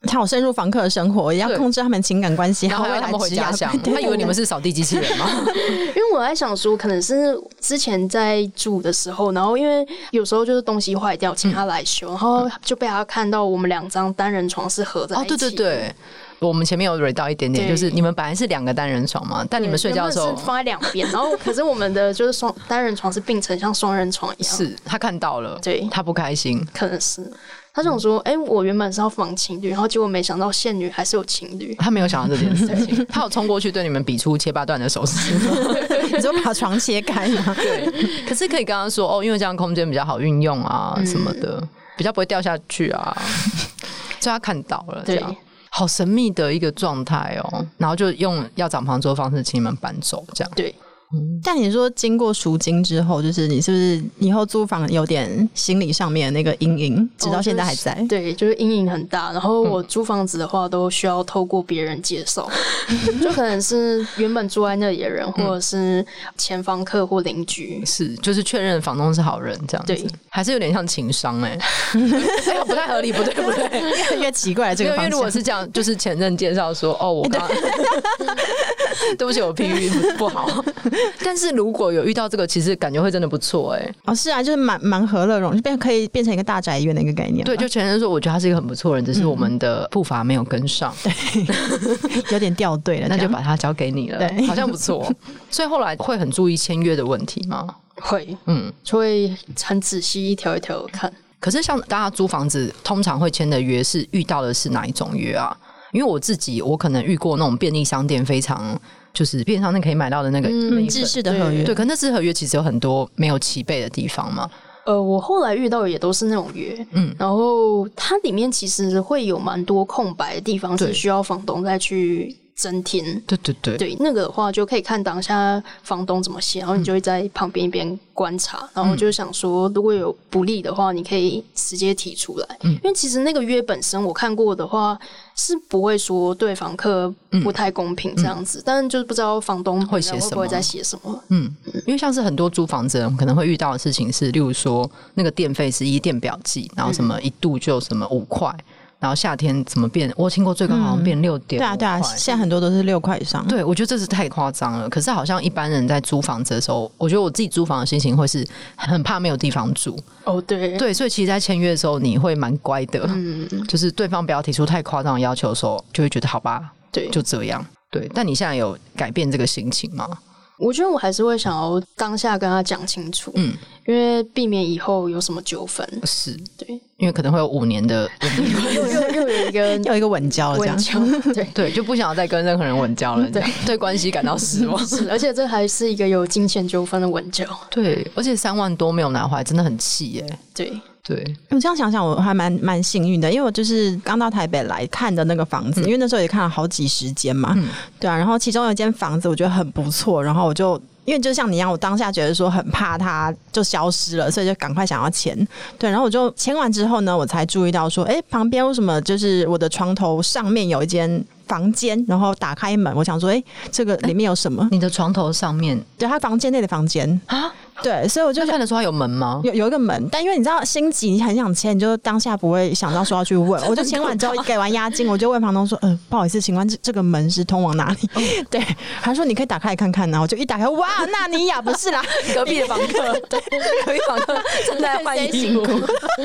他有深入房客的生活，也要控制他们情感关系， 然后还要他们回家乡。他以为你们是扫地机器人吗？ 因为我在想说，可能是之前在住的时候，然后因为有时候就是东西坏掉，请他来修，然后就被他看到我们2张单人床是合在一起。 哦，对对对。我们前面有蕊到一点点，就是你们本来是2个单人床嘛，但你们睡觉的时候是放在2边，然后可是我们的就是单人床是并成像双人床一样。 是他看到了， 对， 他不开心， 可能是他想说，我原本是要防情侣，然后结果没想到现女还是有情侣。 他没有想到这件事情，他有冲过去对你们比出切8段的手势， 你说把床切开吗？ 对，可是可以跟他说哦，因为这样空间比较好运用啊，什么的，比较不会掉下去啊，所以他看到了，这样。好神秘的一个状态哦，然后就用要涨房租的方式请你们搬走，这样。 对。 但你说经过赎金之后，就是你是不是以后租房有点心理上面的那个阴影，直到现在还在？ 对，就是阴影很大。然后我租房子的话，都需要透过别人介绍，就可能是原本住在那里的人，或者是前房客或邻居， 是就是确认房东是好人这样子。对，还是有点像情商不太合理，不对， 越来越奇怪这个方向。 因为如果是这样，就是前任介绍说哦，我刚对不起，我评语不好。但是如果有遇到这个，其实感觉会真的不错是啊，就是蛮和乐融，就可以变成一个大宅院的一个概念。 对，就前任说，我觉得他是一个很不错的人，只是我们的步伐没有跟上， 对，有点掉队了， 那就把它交给你了，对，好像不错。所以后来会很注意签约的问题吗？ 会，就会很仔细一条一条的看。 可是像大家租房子，通常会签的约是遇到的是哪一种约啊？因为我可能遇过那种便利商店非常就是便利商店可以买到的那个制式的合约， 对，可那制合约其实有很多没有齐备的地方嘛。 我后来遇到的也都是那种约，然后它里面其实会有蛮多空白的地方，是需要房东再去增添。对，那个的话就可以看当下房东怎么写，然后你就会在旁边一边观察，然后就想说如果有不利的话，你可以直接提出来。因为其实那个约本身我看过的话是不会说对房客不太公平这样子，但就是不知道房东会写什么，会不会在写什么。 因为像是很多租房子人可能会遇到的事情是，例如说那个电费是依电表计，然后什么1度就什么5块。然后夏天怎么变？我听过最高好像变6.5块。 对啊，现在很多都是6块以上。 对，我觉得这是太夸张了。可是好像一般人在租房子的时候，我觉得我自己租房的心情会是很怕没有地方住。对，所以其实在签约的时候你会蛮乖的，就是对方不要提出太夸张的要求的时候，就会觉得好吧，对，就这样。对，但你现在有改变这个心情吗？ 我觉得我还是会想要当下跟他讲清楚，因为避免以后有什么纠纷。是，对， 因为可能会有5年的又有一个稳交了，这样对，就不想要再跟任何人稳交了，对关系感到失望。 是，而且这还是一个有金钱纠纷的稳交。 对，而且3万多没有拿回来，真的很气耶。对， 我这样想想，我还蛮幸运的，因为我就是刚到台北来看的那个房子，因为那时候也看了好几10间嘛，对啊，然后其中有一间房子我觉得很不错，然后我就因为就像你一样，我当下觉得说很怕它就消失了，所以就赶快想要签。对，然后我就签完之后呢，我才注意到说，旁边为什么就是我的床头上面有一间房间，然后打开门，我想说，这个里面有什么？ 你的床头上面？ 对，他房间内的房间啊。对，所以我就看得出他有门吗？ 有一个门，但因为你知道心急，你很想签，你就当下不会想到说要去问。我就签完之后给完押金，我就问房东说：“不好意思，请问这个门是通往哪里？”对，他说：“你可以打开来看看。”然后我就一打开，哇，纳尼亚不是啦， 隔壁的房客，对，隔壁房客正在换衣服，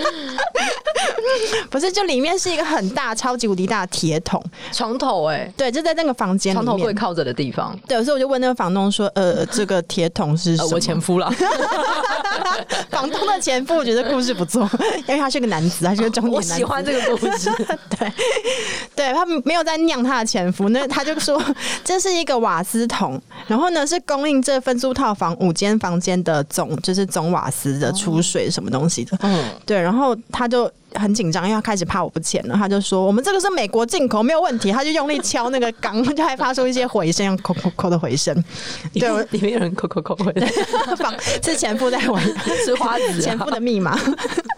不是，就里面是一个很大、超级无敌大的铁桶床头， 对，就在那个房间里面， 床头会靠着的地方。 对，所以我就问那个房东说：“这个铁桶是什么？” 我前夫啦。 房东的前夫，我觉得故事不错，因为他是个男子，他是个中年男子。 我喜欢这个故事。 对，他没有在酿他的前夫，那他就说这是一个瓦斯桶，然后呢是供应这分租套房5间房间的就是总瓦斯的出水什么东西的。对，然后他就很紧张，因为他开始怕我不签了，他就说我们这个是美国进口，没有问题。他就用力敲那个缸，就还发出一些回声，像扣扣扣的回声。 对，里面有人扣扣扣回声， 是前夫在玩， 是花子前夫的密码。对，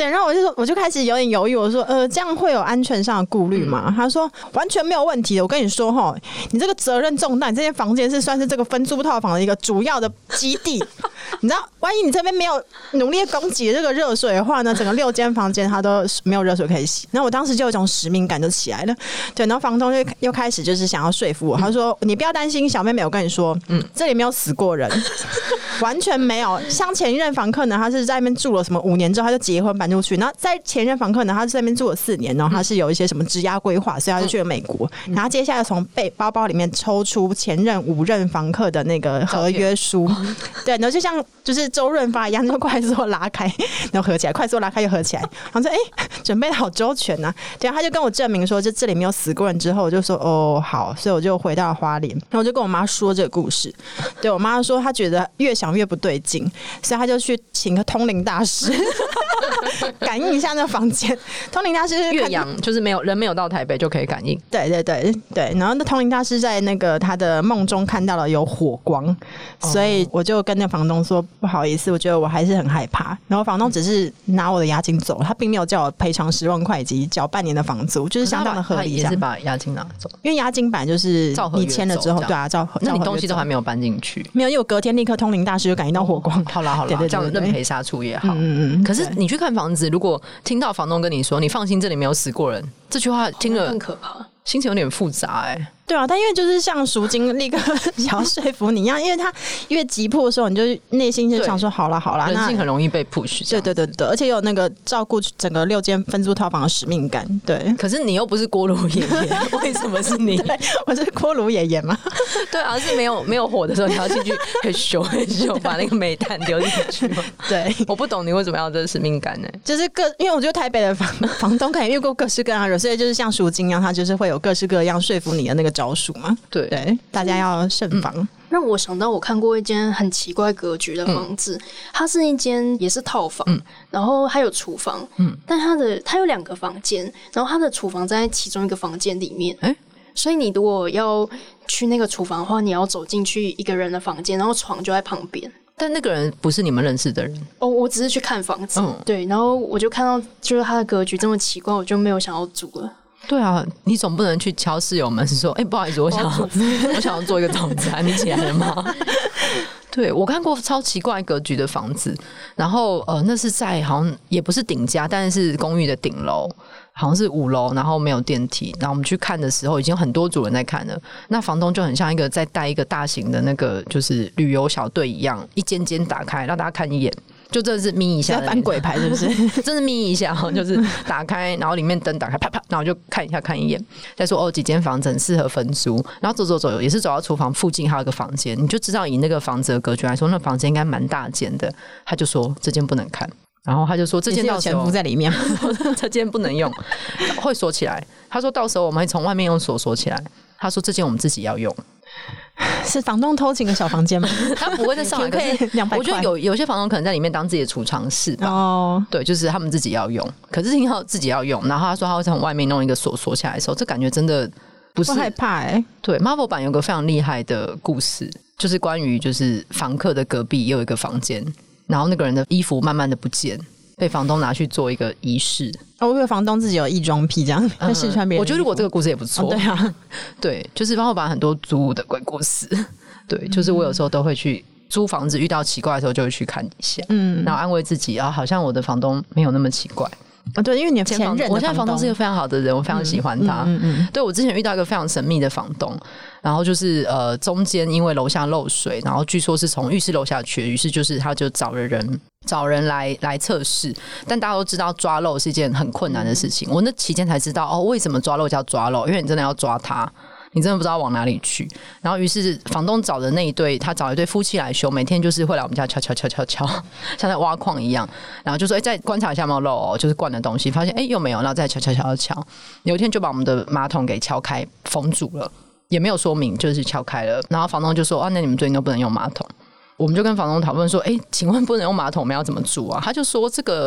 对，然后我就开始有点犹豫，我说这样会有安全上的顾虑吗？他说完全没有问题的。我跟你说齁，你这个责任重大，你这间房间是算是这个分租套房的一个主要的基地。你知道，万一你这边没有努力供给这个热水的话呢，整个6间房间它都没有热水可以洗。然后我当时就有一种使命感就起来了，对，然后房东又开始就是想要说服我，他说你不要担心，小妹妹，我跟你说，这里没有死过人，完全没有。像前一任房客呢，他是在那边住了什么5年之后他就结婚搬出去，然后在前一任房客呢，他是在那边住了4年，然后他是有一些什么职涯规划，所以他就去了美国，然后接下来从包包里面抽出前任5任房客的那个合约书，对，然后就像就是周润发一样，就快速拉开，然后合起来，快速拉开又合起来，然后说准备的好周全啊。对，他就跟我证明说这里没有死过人之后，我就说哦好，所以我就回到了花莲，然后我就跟我妈说这个故事。对，我妈说她觉得越想越不对劲，所以她就去请个通灵大师感应一下那房间。通灵大师岳阳就是人没有到台北就可以感应。 对对对对，然后那通灵大师在那个他的梦中看到了有火光，所以我就跟那房东说不好意思，我觉得我还是很害怕。然后房东只是拿我的押金走，他并没有叫我赔偿10万块以及缴半年的房租，就是相当的合理。 也是把押金拿走， 因为押金本来就是你签了之后，对啊， 那你东西都还没有搬进去？ 没有，因为我隔天立刻通灵大师就感应到火光。 好啦好啦，这样认赔杀出也好。可是你去看房子，如果听到房东跟你说你放心，这里没有死过人，这句话听了更可怕， 心情有点复杂对啊，但因为就是像赎金立刻想要说服你一样，因为他越急迫的时候，你就内心就想说好啦好啦， 人性很容易被 push。对对对对，而且有那个照顾整个6间分租套房的使命感。对， 可是你又不是锅炉爷爷，为什么是你？ 我是锅炉爷爷嘛。 对啊，是没有火的时候，你要进去很凶把那个煤炭丢进去吗？ 对， 我不懂你为什么要这个使命感呢？ 就是因为我觉得台北的房东可能遇过各式各样的人，所以就是像赎金一样，他就是会有各式各样说服你的那个招数嘛。 对， 大家要慎防。 让我想到我看过一间很奇怪格局的房子，它是一间也是套房，然后它有厨房，但它有2个房间，然后它的厨房在其中一个房间里面，所以你如果要去那个厨房的话，你要走进去一个人的房间，然后床就在旁边。 但那个人不是你们认识的人哦，我只是去看房子，对，然后我就看到就是它的格局这么奇怪，我就没有想要住了。 对啊，你总不能去敲室友们说不好意思，我想要做一个早餐，你起来了吗？对，我看过超奇怪格局的房子，然后那是在好像也不是顶家，但是公寓的顶楼，好像是5楼，然后没有电梯。然后我们去看的时候，已经很多组人在看了。那房东就很像一个在带一个大型的那个就是旅游小队一样，一间间打开让大家看一眼。就真的是眯一下， 翻鬼牌是不是？ 真是眯一下，就是打开，然后里面灯打开，啪啪，然后就看一眼，再说几间房子很适合分租，然后走，也是走到厨房附近还有一个房间，你就知道以那个房子的格局来说，那房间应该蛮大间的。他就说这间不能看，然后他就说这间到时候有潜伏在里面， 这间不能用，会锁起来。他说到时候我们会从外面用锁锁起来。他说这间我们自己要用。 是房东偷情的小房间吗？ 他不会再上来，可是我觉得有些房东可能在里面当自己的储藏室吧。对，就是他们自己要用。可是听到自己要用，然后他说他会从外面弄一个锁起来的时候，这感觉真的不是我害怕对 ，Marvel 版有个非常厉害的故事，就是关于就是房客的隔壁也有一个房间，然后那个人的衣服慢慢的不见。被房东拿去做一个仪式。 我以为房东自己有异装癖这样，会试穿别人。 我觉得如果这个故事也不错。 对啊， 对，就是然后把很多租屋的鬼故事。对，就是我有时候都会去租房子，遇到奇怪的时候就会去看一下，然后安慰自己啊，好像我的房东没有那么奇怪。 对，因为你的前任的我现在房东是一个非常好的人，我非常喜欢他。对，我之前遇到一个非常神秘的房东，然后就是中间因为楼下漏水，然后据说是从浴室楼下去，于是就是他就找人来测试，但大家都知道抓漏是一件很困难的事情。我那期间才知道为什么抓漏叫抓漏，因为你真的要抓它。你真的不知道往哪里去，然后于是房东找的那一对，他找一对夫妻来修，每天就是会来我们家敲，像在挖矿一样，然后就说再观察一下有没有漏就是灌的东西，发现又没有，然后再敲，有一天就把我们的马桶给敲开封住了，也没有说明，就是敲开了，然后房东就说那你们最近都不能用马桶。我们就跟房东讨论说请问不能用马桶我们要怎么住啊？他就说这个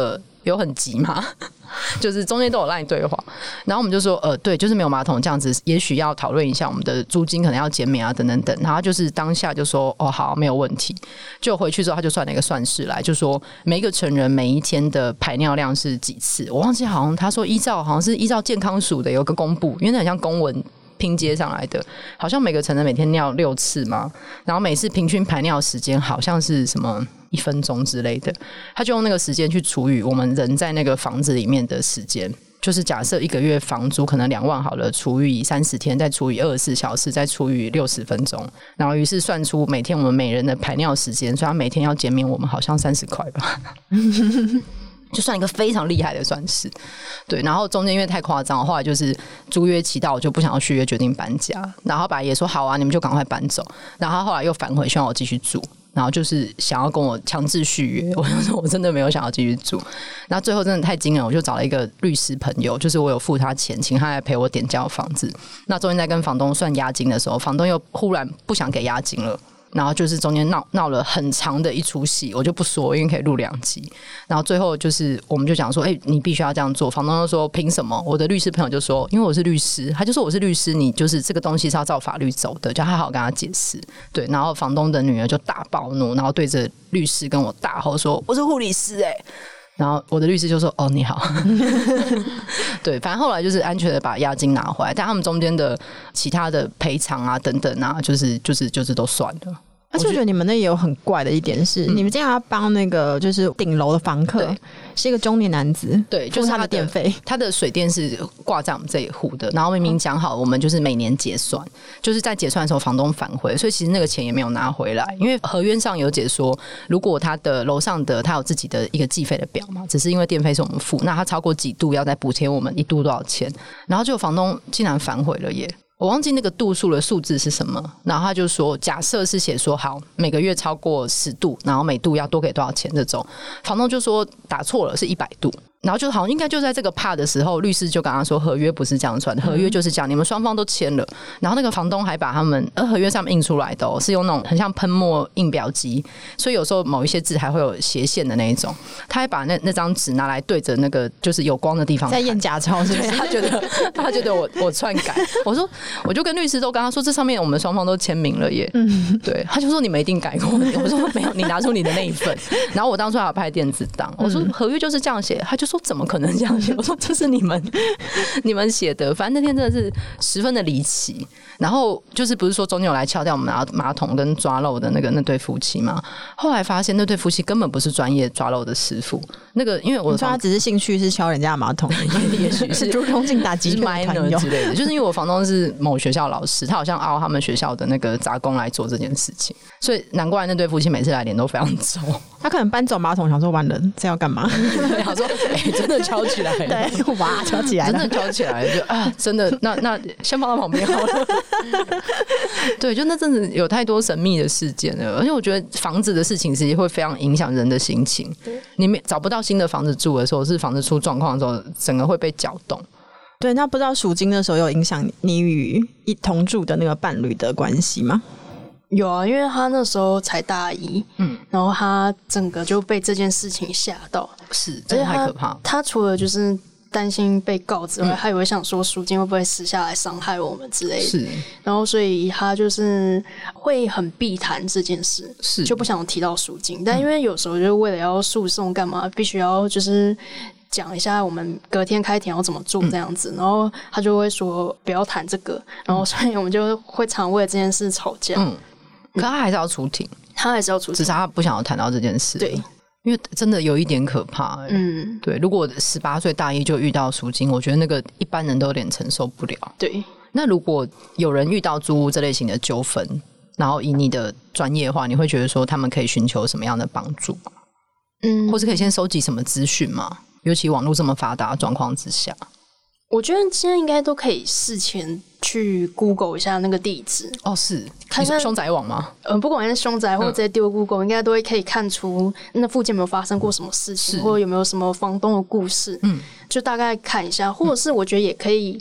有很急吗？就是中间都有LINE对话，然后我们就说对，就是没有马桶这样子，也许要讨论一下我们的租金可能要减免啊等等等。然后他就是当下就说哦好，没有问题。就回去之后他就算了一个算式来，就说每一个成人每一天的排尿量是几次，我忘记好像他说好像是依照健康署的有个公布，因为那很像公文拼接上来的，好像每个成人每天尿6次嘛，然后每次平均排尿时间好像是什么1分钟之类的，他就用那个时间去除以我们人在那个房子里面的时间，就是假设1个月房租可能2万好了，除以30天，再除以24小时，再除以60分钟，然后于是算出每天我们每人的排尿时间，所以他每天要减免我们好像30块吧。就算一个非常厉害的算式，对，然后中间因为太夸张，后来就是租约期到，我就不想要续约，决定搬家。然后爸也说好啊，你们就赶快搬走。然后他后来又反悔，希望我继续住，然后就是想要跟我强制续约。我就说我真的没有想要继续住。然后最后真的太惊人，我就找了一个律师朋友，就是我有付他钱，请他来陪我点交房子。那中间在跟房东算押金的时候，房东又忽然不想给押金了。然后就是中间闹了很长的一出戏，我就不说，因为可以录2集。然后最后就是我们就讲说，你必须要这样做。房东就说凭什么？我的律师朋友就说，因为我是律师，他就说我是律师，你就是这个东西是要照法律走的，叫他好好跟他解释。对，然后房东的女儿就大暴怒，然后对着律师跟我大吼说：“我是护理师然后我的律师就说：“哦，你好。”对，反正后来就是安全的把押金拿回来，但他们中间的其他的赔偿啊等等啊，就是都算了。 而且我觉得你们那也有很怪的一点是，你们这样要帮那个就是顶楼的房客是一个中年男子， 对，就是他的电费， 他的水电是挂在我们这一户的，然后明明讲好我们就是每年结算，就是在结算的时候房东反悔，所以其实那个钱也没有拿回来，因为合约上有解说，如果他的楼上的他有自己的一个计费的表嘛，只是因为电费是我们付，那他超过几度要再补贴我们1度多少钱，然后就房东竟然反悔了耶。我忘记那个度数的数字是什么，然后他就说假设是写说好每个月超过10度，然后每度要多给多少钱这种，房东就说打错了是100度，然后就好像应该就在这个怕的时候，律师就跟他说合约不是这样算的，合约就是这样，你们双方都签了。然后那个房东还把他们合约上面印出来的是用那种很像喷墨印表机，所以有时候某一些字还会有斜线的那一种，他还把那张纸拿来对着那个就是有光的地方在验假钞是不是？ 他觉得我篡改，我就跟律师都跟他说这上面我们双方都签名了耶，对，他就说你们一定改过，我说没有，你拿出你的那一份，然后我当初还有拍电子档，我说合约就是这样写，他就说怎么可能这样写？我说这是你们写的，反正那天真的是十分的离奇。然后就是不是说中间有来敲掉我们马桶跟抓漏的那对夫妻嘛？后来发现那对夫妻根本不是专业抓漏的师傅，那个因为我的说他只是兴趣是敲人家的马桶， 也许是猪中进打击的团友之类的。就是因为我房东是某学校老师，他好像凹他们学校的那个杂工来做这件事情，所以难怪那对夫妻每次来脸都非常臭。 他可能搬走马桶，想说完了这要干嘛？ 想说真的敲起来了， 对，哇，敲起来了， 真的敲起来了，就真的那先放到旁边好了。对，就那阵子有太多神秘的事件了，而且我觉得房子的事情其实会非常影响人的心情。你找不到新的房子住的时候，是房子出状况的时候，整个会被搅动。 对，那不知道属金的时候有影响你与同住的那个伴侣的关系吗？ 有啊，因为他那时候才大1，然后他整个就被这件事情吓到， 是真的太可怕。 他除了就是担心被告之外，他也会想说属金会不会私下来伤害我们之类的， 是， 然后所以他就是会很避谈这件事， 是就不想提到属金，但因为有时候就为了要诉讼干嘛，必须要就是讲一下我们隔天开庭要怎么做这样子，然后他就会说不要谈这个，然后所以我们就会常为了这件事吵架。 可他还是要出庭， 他还是要出庭， 只是他不想要谈到这件事。 对， 因为真的有一点可怕。对，如果18岁大1就遇到赎金，我觉得那个一般人都有点承受不了。 对， 那如果有人遇到租屋这类型的纠纷，然后以你的专业的话，你会觉得说他们可以寻求什么样的帮助吗？或是可以先收集什么资讯吗？尤其网络这么发达的状况之下。 我觉得现在应该都可以事前去 Google 一下那个地址。 是看看凶宅网吗？ 不管是凶宅或者直接丢 Google，应该都会可以看出那附近有没有发生过什么事情，或者有没有什么房东的故事。就大概看一下，或者是我觉得也可以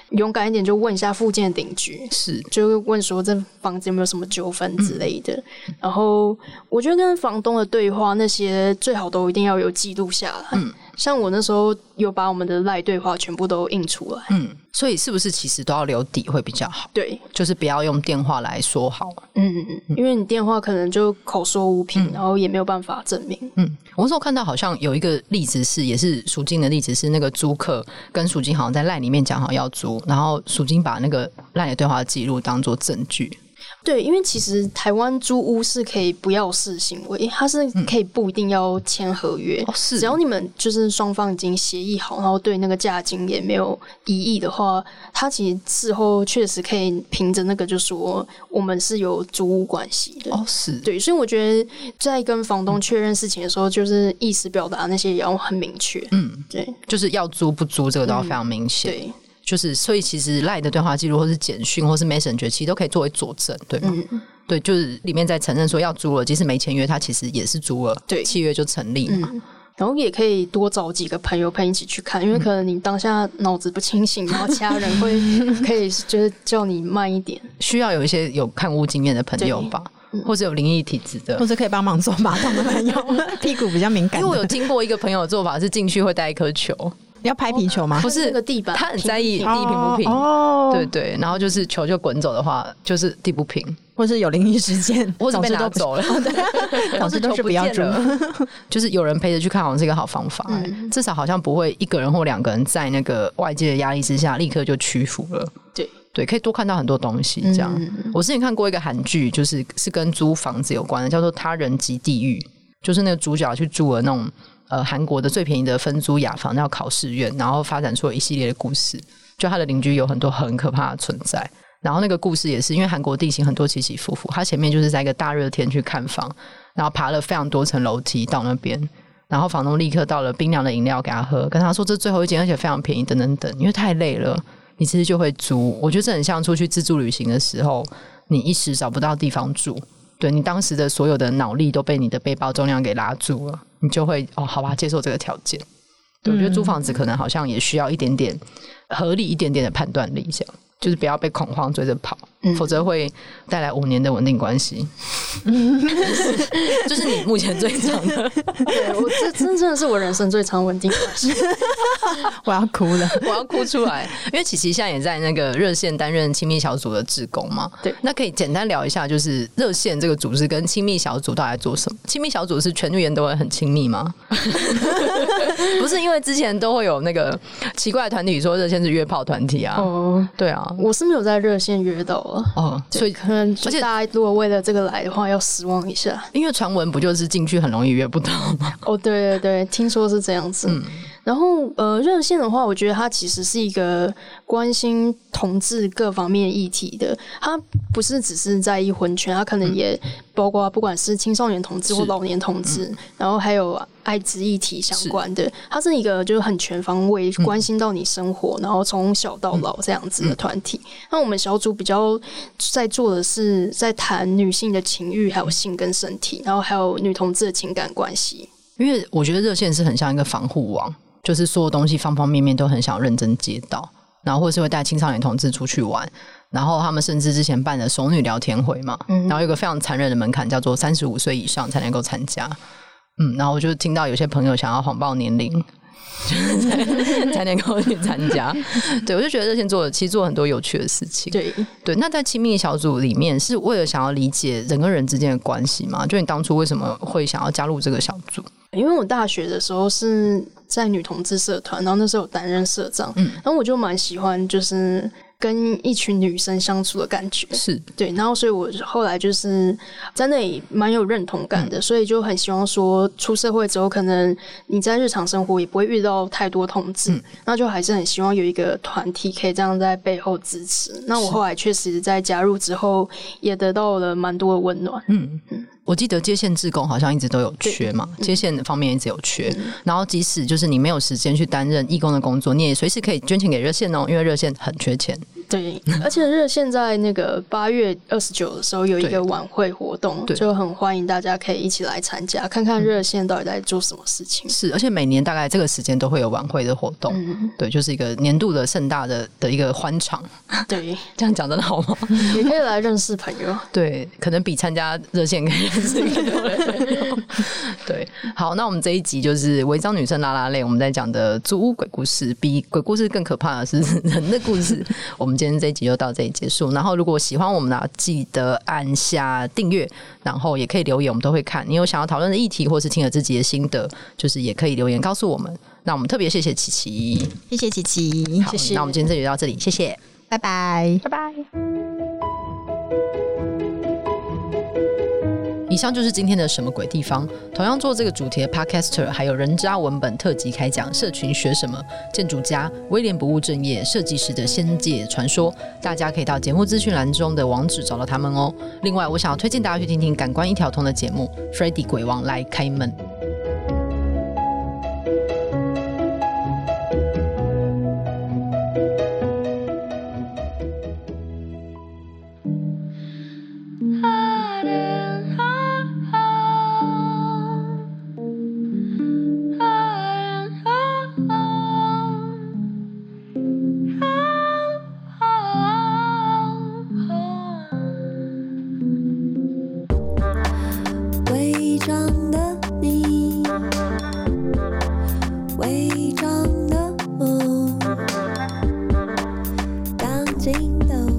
勇敢一点，就问一下附近的邻居， 是就问说这房子有没有什么纠纷之类的。然后我觉得跟房东的对话那些最好都一定要有记录下来。像我那时候有把我们的LINE对话全部都印出来。 所以是不是其实都要留底会比较好？ 对， 就是不要用电话来说好。 因为你电话可能就口说无凭，然后也没有办法证明。 我那时候看到好像有一个例子是，也是属金的例子是，那个租客跟属金好像在LINE里面讲好要租，然后属金把那个LINE的对话记录当作证据。 对，因为其实台湾租屋是可以不要式行为，它是可以不一定要签合约， 是只要你们就是双方已经协议好，然后对那个价金也没有异议的话，他其实事后确实可以凭着那个就说我们是有租屋关系的。 是对，所以我觉得在跟房东确认事情的时候，就是意思表达那些也要很明确。对， 就是要租不租这个都要非常明显。 对。 就是所以其实LINE的对话记录或是简讯或是 Messenger 其实都可以作为佐证，对吗？对，就是里面在承认说要租了，即使没签约，他其实也是租了， 对， 契约就成立嘛。 然后也可以多找几个朋友陪你一起去看，因为可能你当下脑子不清醒，然后其他人可以就是叫你慢一点， 需要有一些有看屋经验的朋友吧。或者有灵异体质的， 或者可以帮忙做马桶的朋友，屁股比较敏感。 因为我有听过一个朋友的做法是进去会带一颗球， 你要拍皮球吗？ 不是那个地板， 他很在意地平不平。对对，然后就是球就滚走的话，就是地不平， 或是有灵异事件， 或者被拿走了， 总之都是不要住。 就是有人陪着去看，好像是一个好方法。至少好像不会一个人或两个人在那个外界的压力之下立刻就屈服了。对，可以多看到很多东西。这样，我之前看过一个韩剧，是跟租房子有关的，叫做《他人即地狱》，就是那个主角去住了那种韩国的最便宜的分租雅房，叫考试院，然后发展出了一系列的故事。就他的邻居有很多很可怕的存在，然后那个故事也是因为韩国地形很多起起伏伏，他前面就是在一个大热天去看房，然后爬了非常多层楼梯到那边，然后房东立刻倒了冰凉的饮料给他喝，跟他说这最后一间而且非常便宜等等等，因为太累了你其实就会租。我觉得这很像出去自助旅行的时候，你一时找不到地方住，对，你当时的所有的脑力都被你的背包重量给拉住了，你就会好吧，接受这个条件。对，我觉得租房子可能好像也需要一点点合理一点点的判断力，这样就是不要被恐慌追着跑，否则会带来5年的稳定关系。就是你目前最长的。 对，我这真的是我人生最长稳定关系。 我要哭了， 我要哭出来。因为琪琪现在也在那个热线担任亲密小组的志工嘛。 对， 那可以简单聊一下，就是热线这个组织跟亲密小组到底在做什么？亲密小组是全员都会很亲密吗？不是，因为之前都会有那个奇怪的团体说热线是约炮团体啊。对啊， 我是没有在热线约到了。所以可能而且大家如果为了这个来的话，要失望一下。 因为传闻不就是进去很容易约不到吗？ 对对对，听说是这样子。然后热线的话，我觉得它其实是一个关心同志各方面议题的，它不是只是在意婚权，它可能也包括不管是青少年同志或老年同志，然后还有艾滋议题相关的，它是一个就是很全方位关心到你生活，然后从小到老这样子的团体。那我们小组比较在做的是在谈女性的情欲，还有性跟身体，然后还有女同志的情感关系。 因为我觉得热线是很像一个防护网，就是所有东西方方面面都很想认真接到，然后或是会带青少年同志出去玩，然后他们甚至之前办的熟女聊天会嘛，然后有一个非常残忍的门槛叫做35岁以上才能够参加。然后我就听到有些朋友想要谎报年龄才能够去参加。对，我就觉得热线其实做很多有趣的事情。对，那在亲密小组里面是为了想要理解人跟人之间的关系吗？就你当初为什么会想要加入这个小组？ 因为我大学的时候是在女同志社团，然后那时候有担任社长，然后我就蛮喜欢就是跟一群女生相处的感觉。 是对，然后所以我后来就是在那里蛮有认同感的，所以就很希望说出社会之后可能你在日常生活也不会遇到太多同志，那就还是很希望有一个团体可以这样在背后支持。那我后来确实在加入之后也得到了蛮多的温暖。 我记得接线志工好像一直都有缺嘛，接线方面一直有缺，然后即使就是你没有时间去担任义工的工作，你也随时可以捐钱给热线哦，因为热线很缺钱。 对，而且热线在那个8月29的时候有一个晚会活动，就很欢迎大家可以一起来参加，看看热线到底在做什么事情。 是，而且每年大概这个时间都会有晚会的活动，对，就是一个年度的盛大的一个欢场。 对， 这样讲真的好吗？ 也可以来认识朋友。 对，可能比参加热线可以认识更多的朋友。对，好，那我们这一集就是违章女生拉拉类，我们在讲的租屋鬼故事，比鬼故事更可怕的是人的故事。我们今天这一集就到这里结束。然后如果喜欢我们的，记得按下订阅，然后也可以留言，我们都会看。你有想要讨论的议题，或是听了自己的心得，就是也可以留言告诉我们。那我们特别谢谢琪琪， 谢谢琪琪， 好，那我们今天这集就到这里，谢谢， 拜拜， 拜拜。以上就是今天的什么鬼地方。同样做这个主题的 Podcaster 还有人渣文本特辑开讲、社群学什么、建筑家、威廉不务正业、设计师的仙界传说，大家可以到节目资讯栏中的网址找到他们哦。另外，我想要推荐大家去听听感官一条通的节目 Freddy 鬼王来开门。 伪装的你，伪装的梦，钢筋的